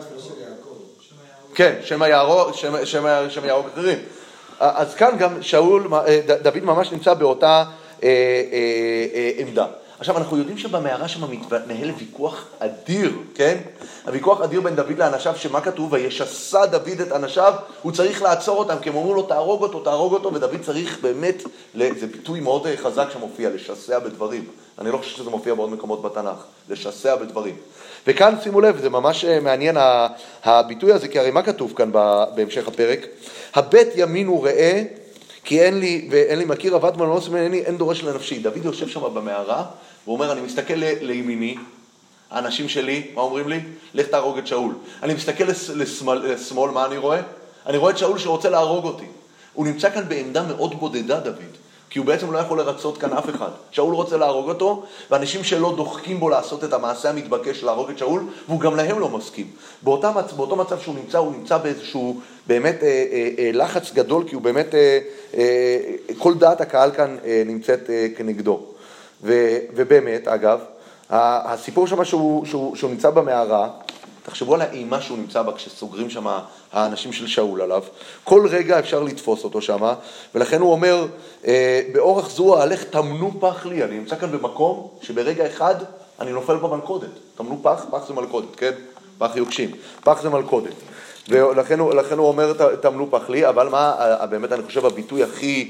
כן, שם יהרוג אחרים. אז כאן גם שאול, דוד ממש נמצא באותה עמדה. עכשיו אנחנו יודעים שבמערה שם מתנהל ויכוח אדיר, כן? הוויכוח אדיר בין דוד לאנשיו, שמה כתוב? וישסע דוד את אנשיו, הוא צריך לעצור אותם, כי הם אומרים לו תהרוג אותו, ודוד צריך באמת, זה ביטוי מאוד חזק שמופיע, לשסע בדברים. אני לא חושב שזה מופיע בעוד מקומות בתנ"ך, לשסע בדברים. וכאן שימו לב, זה ממש מעניין הביטוי הזה, כי הרי מה כתוב כאן בהמשך הפרק? הבט ימין וראה, כי אין לי מכיר עבד מנוס ממני, אין דורש לנפשי. דוד יושב שם במערה, והוא אומר, אני מסתכל לימיני, האנשים שלי, מה אומרים לי? לך תהרוג את שאול. אני מסתכל לשמאל, מה אני רואה? אני רואה את שאול שרוצה להרוג אותי. הוא נמצא כאן בעמדה מאוד בודדה, דוד. כי הוא בעצם לא יכול לרצות כאן אף אחד. שאול רוצה להרוג אותו, ואנשים שלו דוחקים בו לעשות את המעשה המתבקש להרוג את שאול, והוא גם להם לא מסכים. באותו מצב שהוא נמצא באיזשהו באמת לחץ גדול, כי הוא באמת, כל דעת הקהל כאן נמצאת כנגדו. ובאמת, אגב, הסיפור שם שהוא נמצא במערה, תחשבו על האימה שהוא נמצא בה כשסוגרים שם האנשים של שאול עליו. כל רגע אפשר לתפוס אותו שם, ולכן הוא אומר, באורח זו ההלך תמנו פח לי. אני נמצא כאן במקום שברגע אחד אני נופל במלכודת. תמנו פח, פח זה מלכודת, כן? פח יוקשים. פח זה מלכודת. ולכן הוא אומר, תמנו פח לי, אבל מה באמת אני חושב הביטוי הכי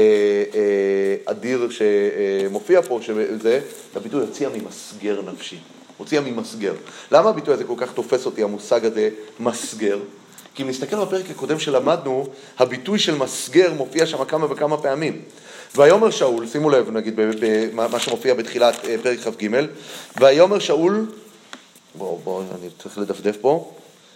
אדיר שמופיע פה, שזה הביטוי הוציאה ממסגר נפשי. הוציאה ממסגר. למה הביטוי הזה כל כך תופס אותי, המושג הזה, מסגר? כי אם נסתכל בפרק הקודם שלמדנו, הביטוי של מסגר מופיע שם כמה וכמה פעמים. ויאמר שאול, שימו לב נגיד במה שמופיע בתחילת פרק כ"ג, ויאמר שאול, בואו, אני צריך לדפדף פה.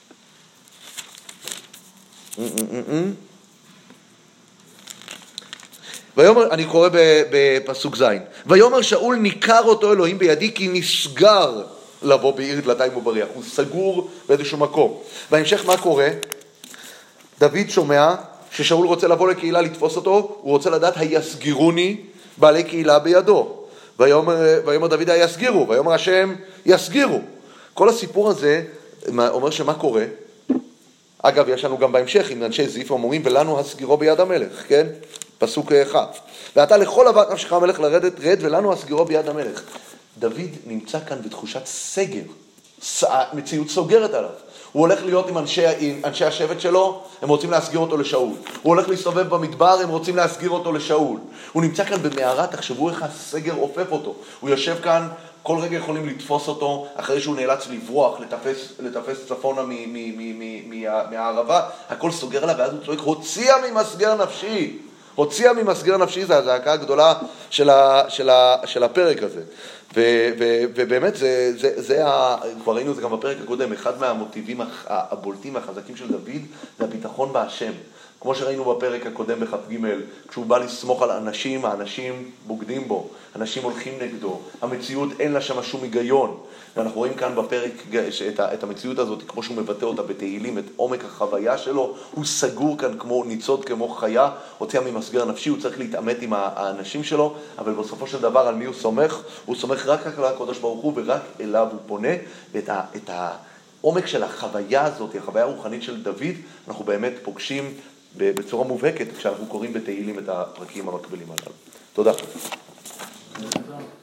ויאמר, אני קורא בפסוק ז', ויאמר שאול ניכר אותו אלוהים בידי כי נסגר לבוא בעיר דלתיים ובריח, הוא סגור באיזשהו מקום. בהמשך מה קורה? דוד שומע ששאול רוצה לבוא לקהילה לתפוס אותו, הוא רוצה לדעת היסגירוני בעלי קהילה בידו. ויאמר דוד היסגירו, ויאמר השם יסגירו. כל הסיפור הזה אומר שמה קורה? אגב, יש לנו גם בהמשך עם אנשי זיף אומרים ולנו הסגירו ביד המלך, כן? פסוק 1. ואתה לכל אהבת נפשך המלך לרדת רד ולנו הסגירו ביד המלך. דוד נמצא כאן בתחושת סגר, מציאות סוגרת עליו. הוא הולך להיות עם אנשי השבט שלו, הם רוצים להסגיר אותו לשאול. הוא הולך להסתובב במדבר, הם רוצים להסגיר אותו לשאול. הוא נמצא כאן במערה, תחשבו איך הסגר עופף אותו. הוא יושב כאן, כל רגע יכולים לתפוס אותו, אחרי שהוא נאלץ לברוח, לטפס צפונה מהערבה, הכל סוגר עליו, ואז הוא צועק, הוציאה ממסגר נפשי. הוציאה ממסגר נפשי, זה הזעקה הגדולה של הפרק הזה. ובאמת, כבר ראינו זה גם בפרק הקודם, אחד מהמוטיבים הבולטים החזקים של דוד, זה הביטחון בהשם. כמו שראינו בפרק הקודם בכ"ג, כשהוא בא לסמוך על אנשים, האנשים בוגדים בו, אנשים הולכים נגדו, המציאות אין לה שם שום היגיון. ואנחנו רואים כאן בפרק את המציאות הזאת, כמו שהוא מבטא אותה בתהילים, את עומק החוויה שלו, הוא סגור כאן כמו ניצוד, כמו חיה, הוציאה ממסגר נפשי, הוא צריך להתעמת עם האנשים שלו, אבל בסופו של דבר על מי הוא סומך? הוא סומך רק על הקדוש ברוך הוא, ורק אליו הוא פונה, ואת העומק של החוויה הזאת, החוויה הרוחנית של דוד, אנחנו באמת פוגשים בצורה מובהקת כשאנחנו קוראים בתהילים את הפרקים המקבילים הללו. תודה.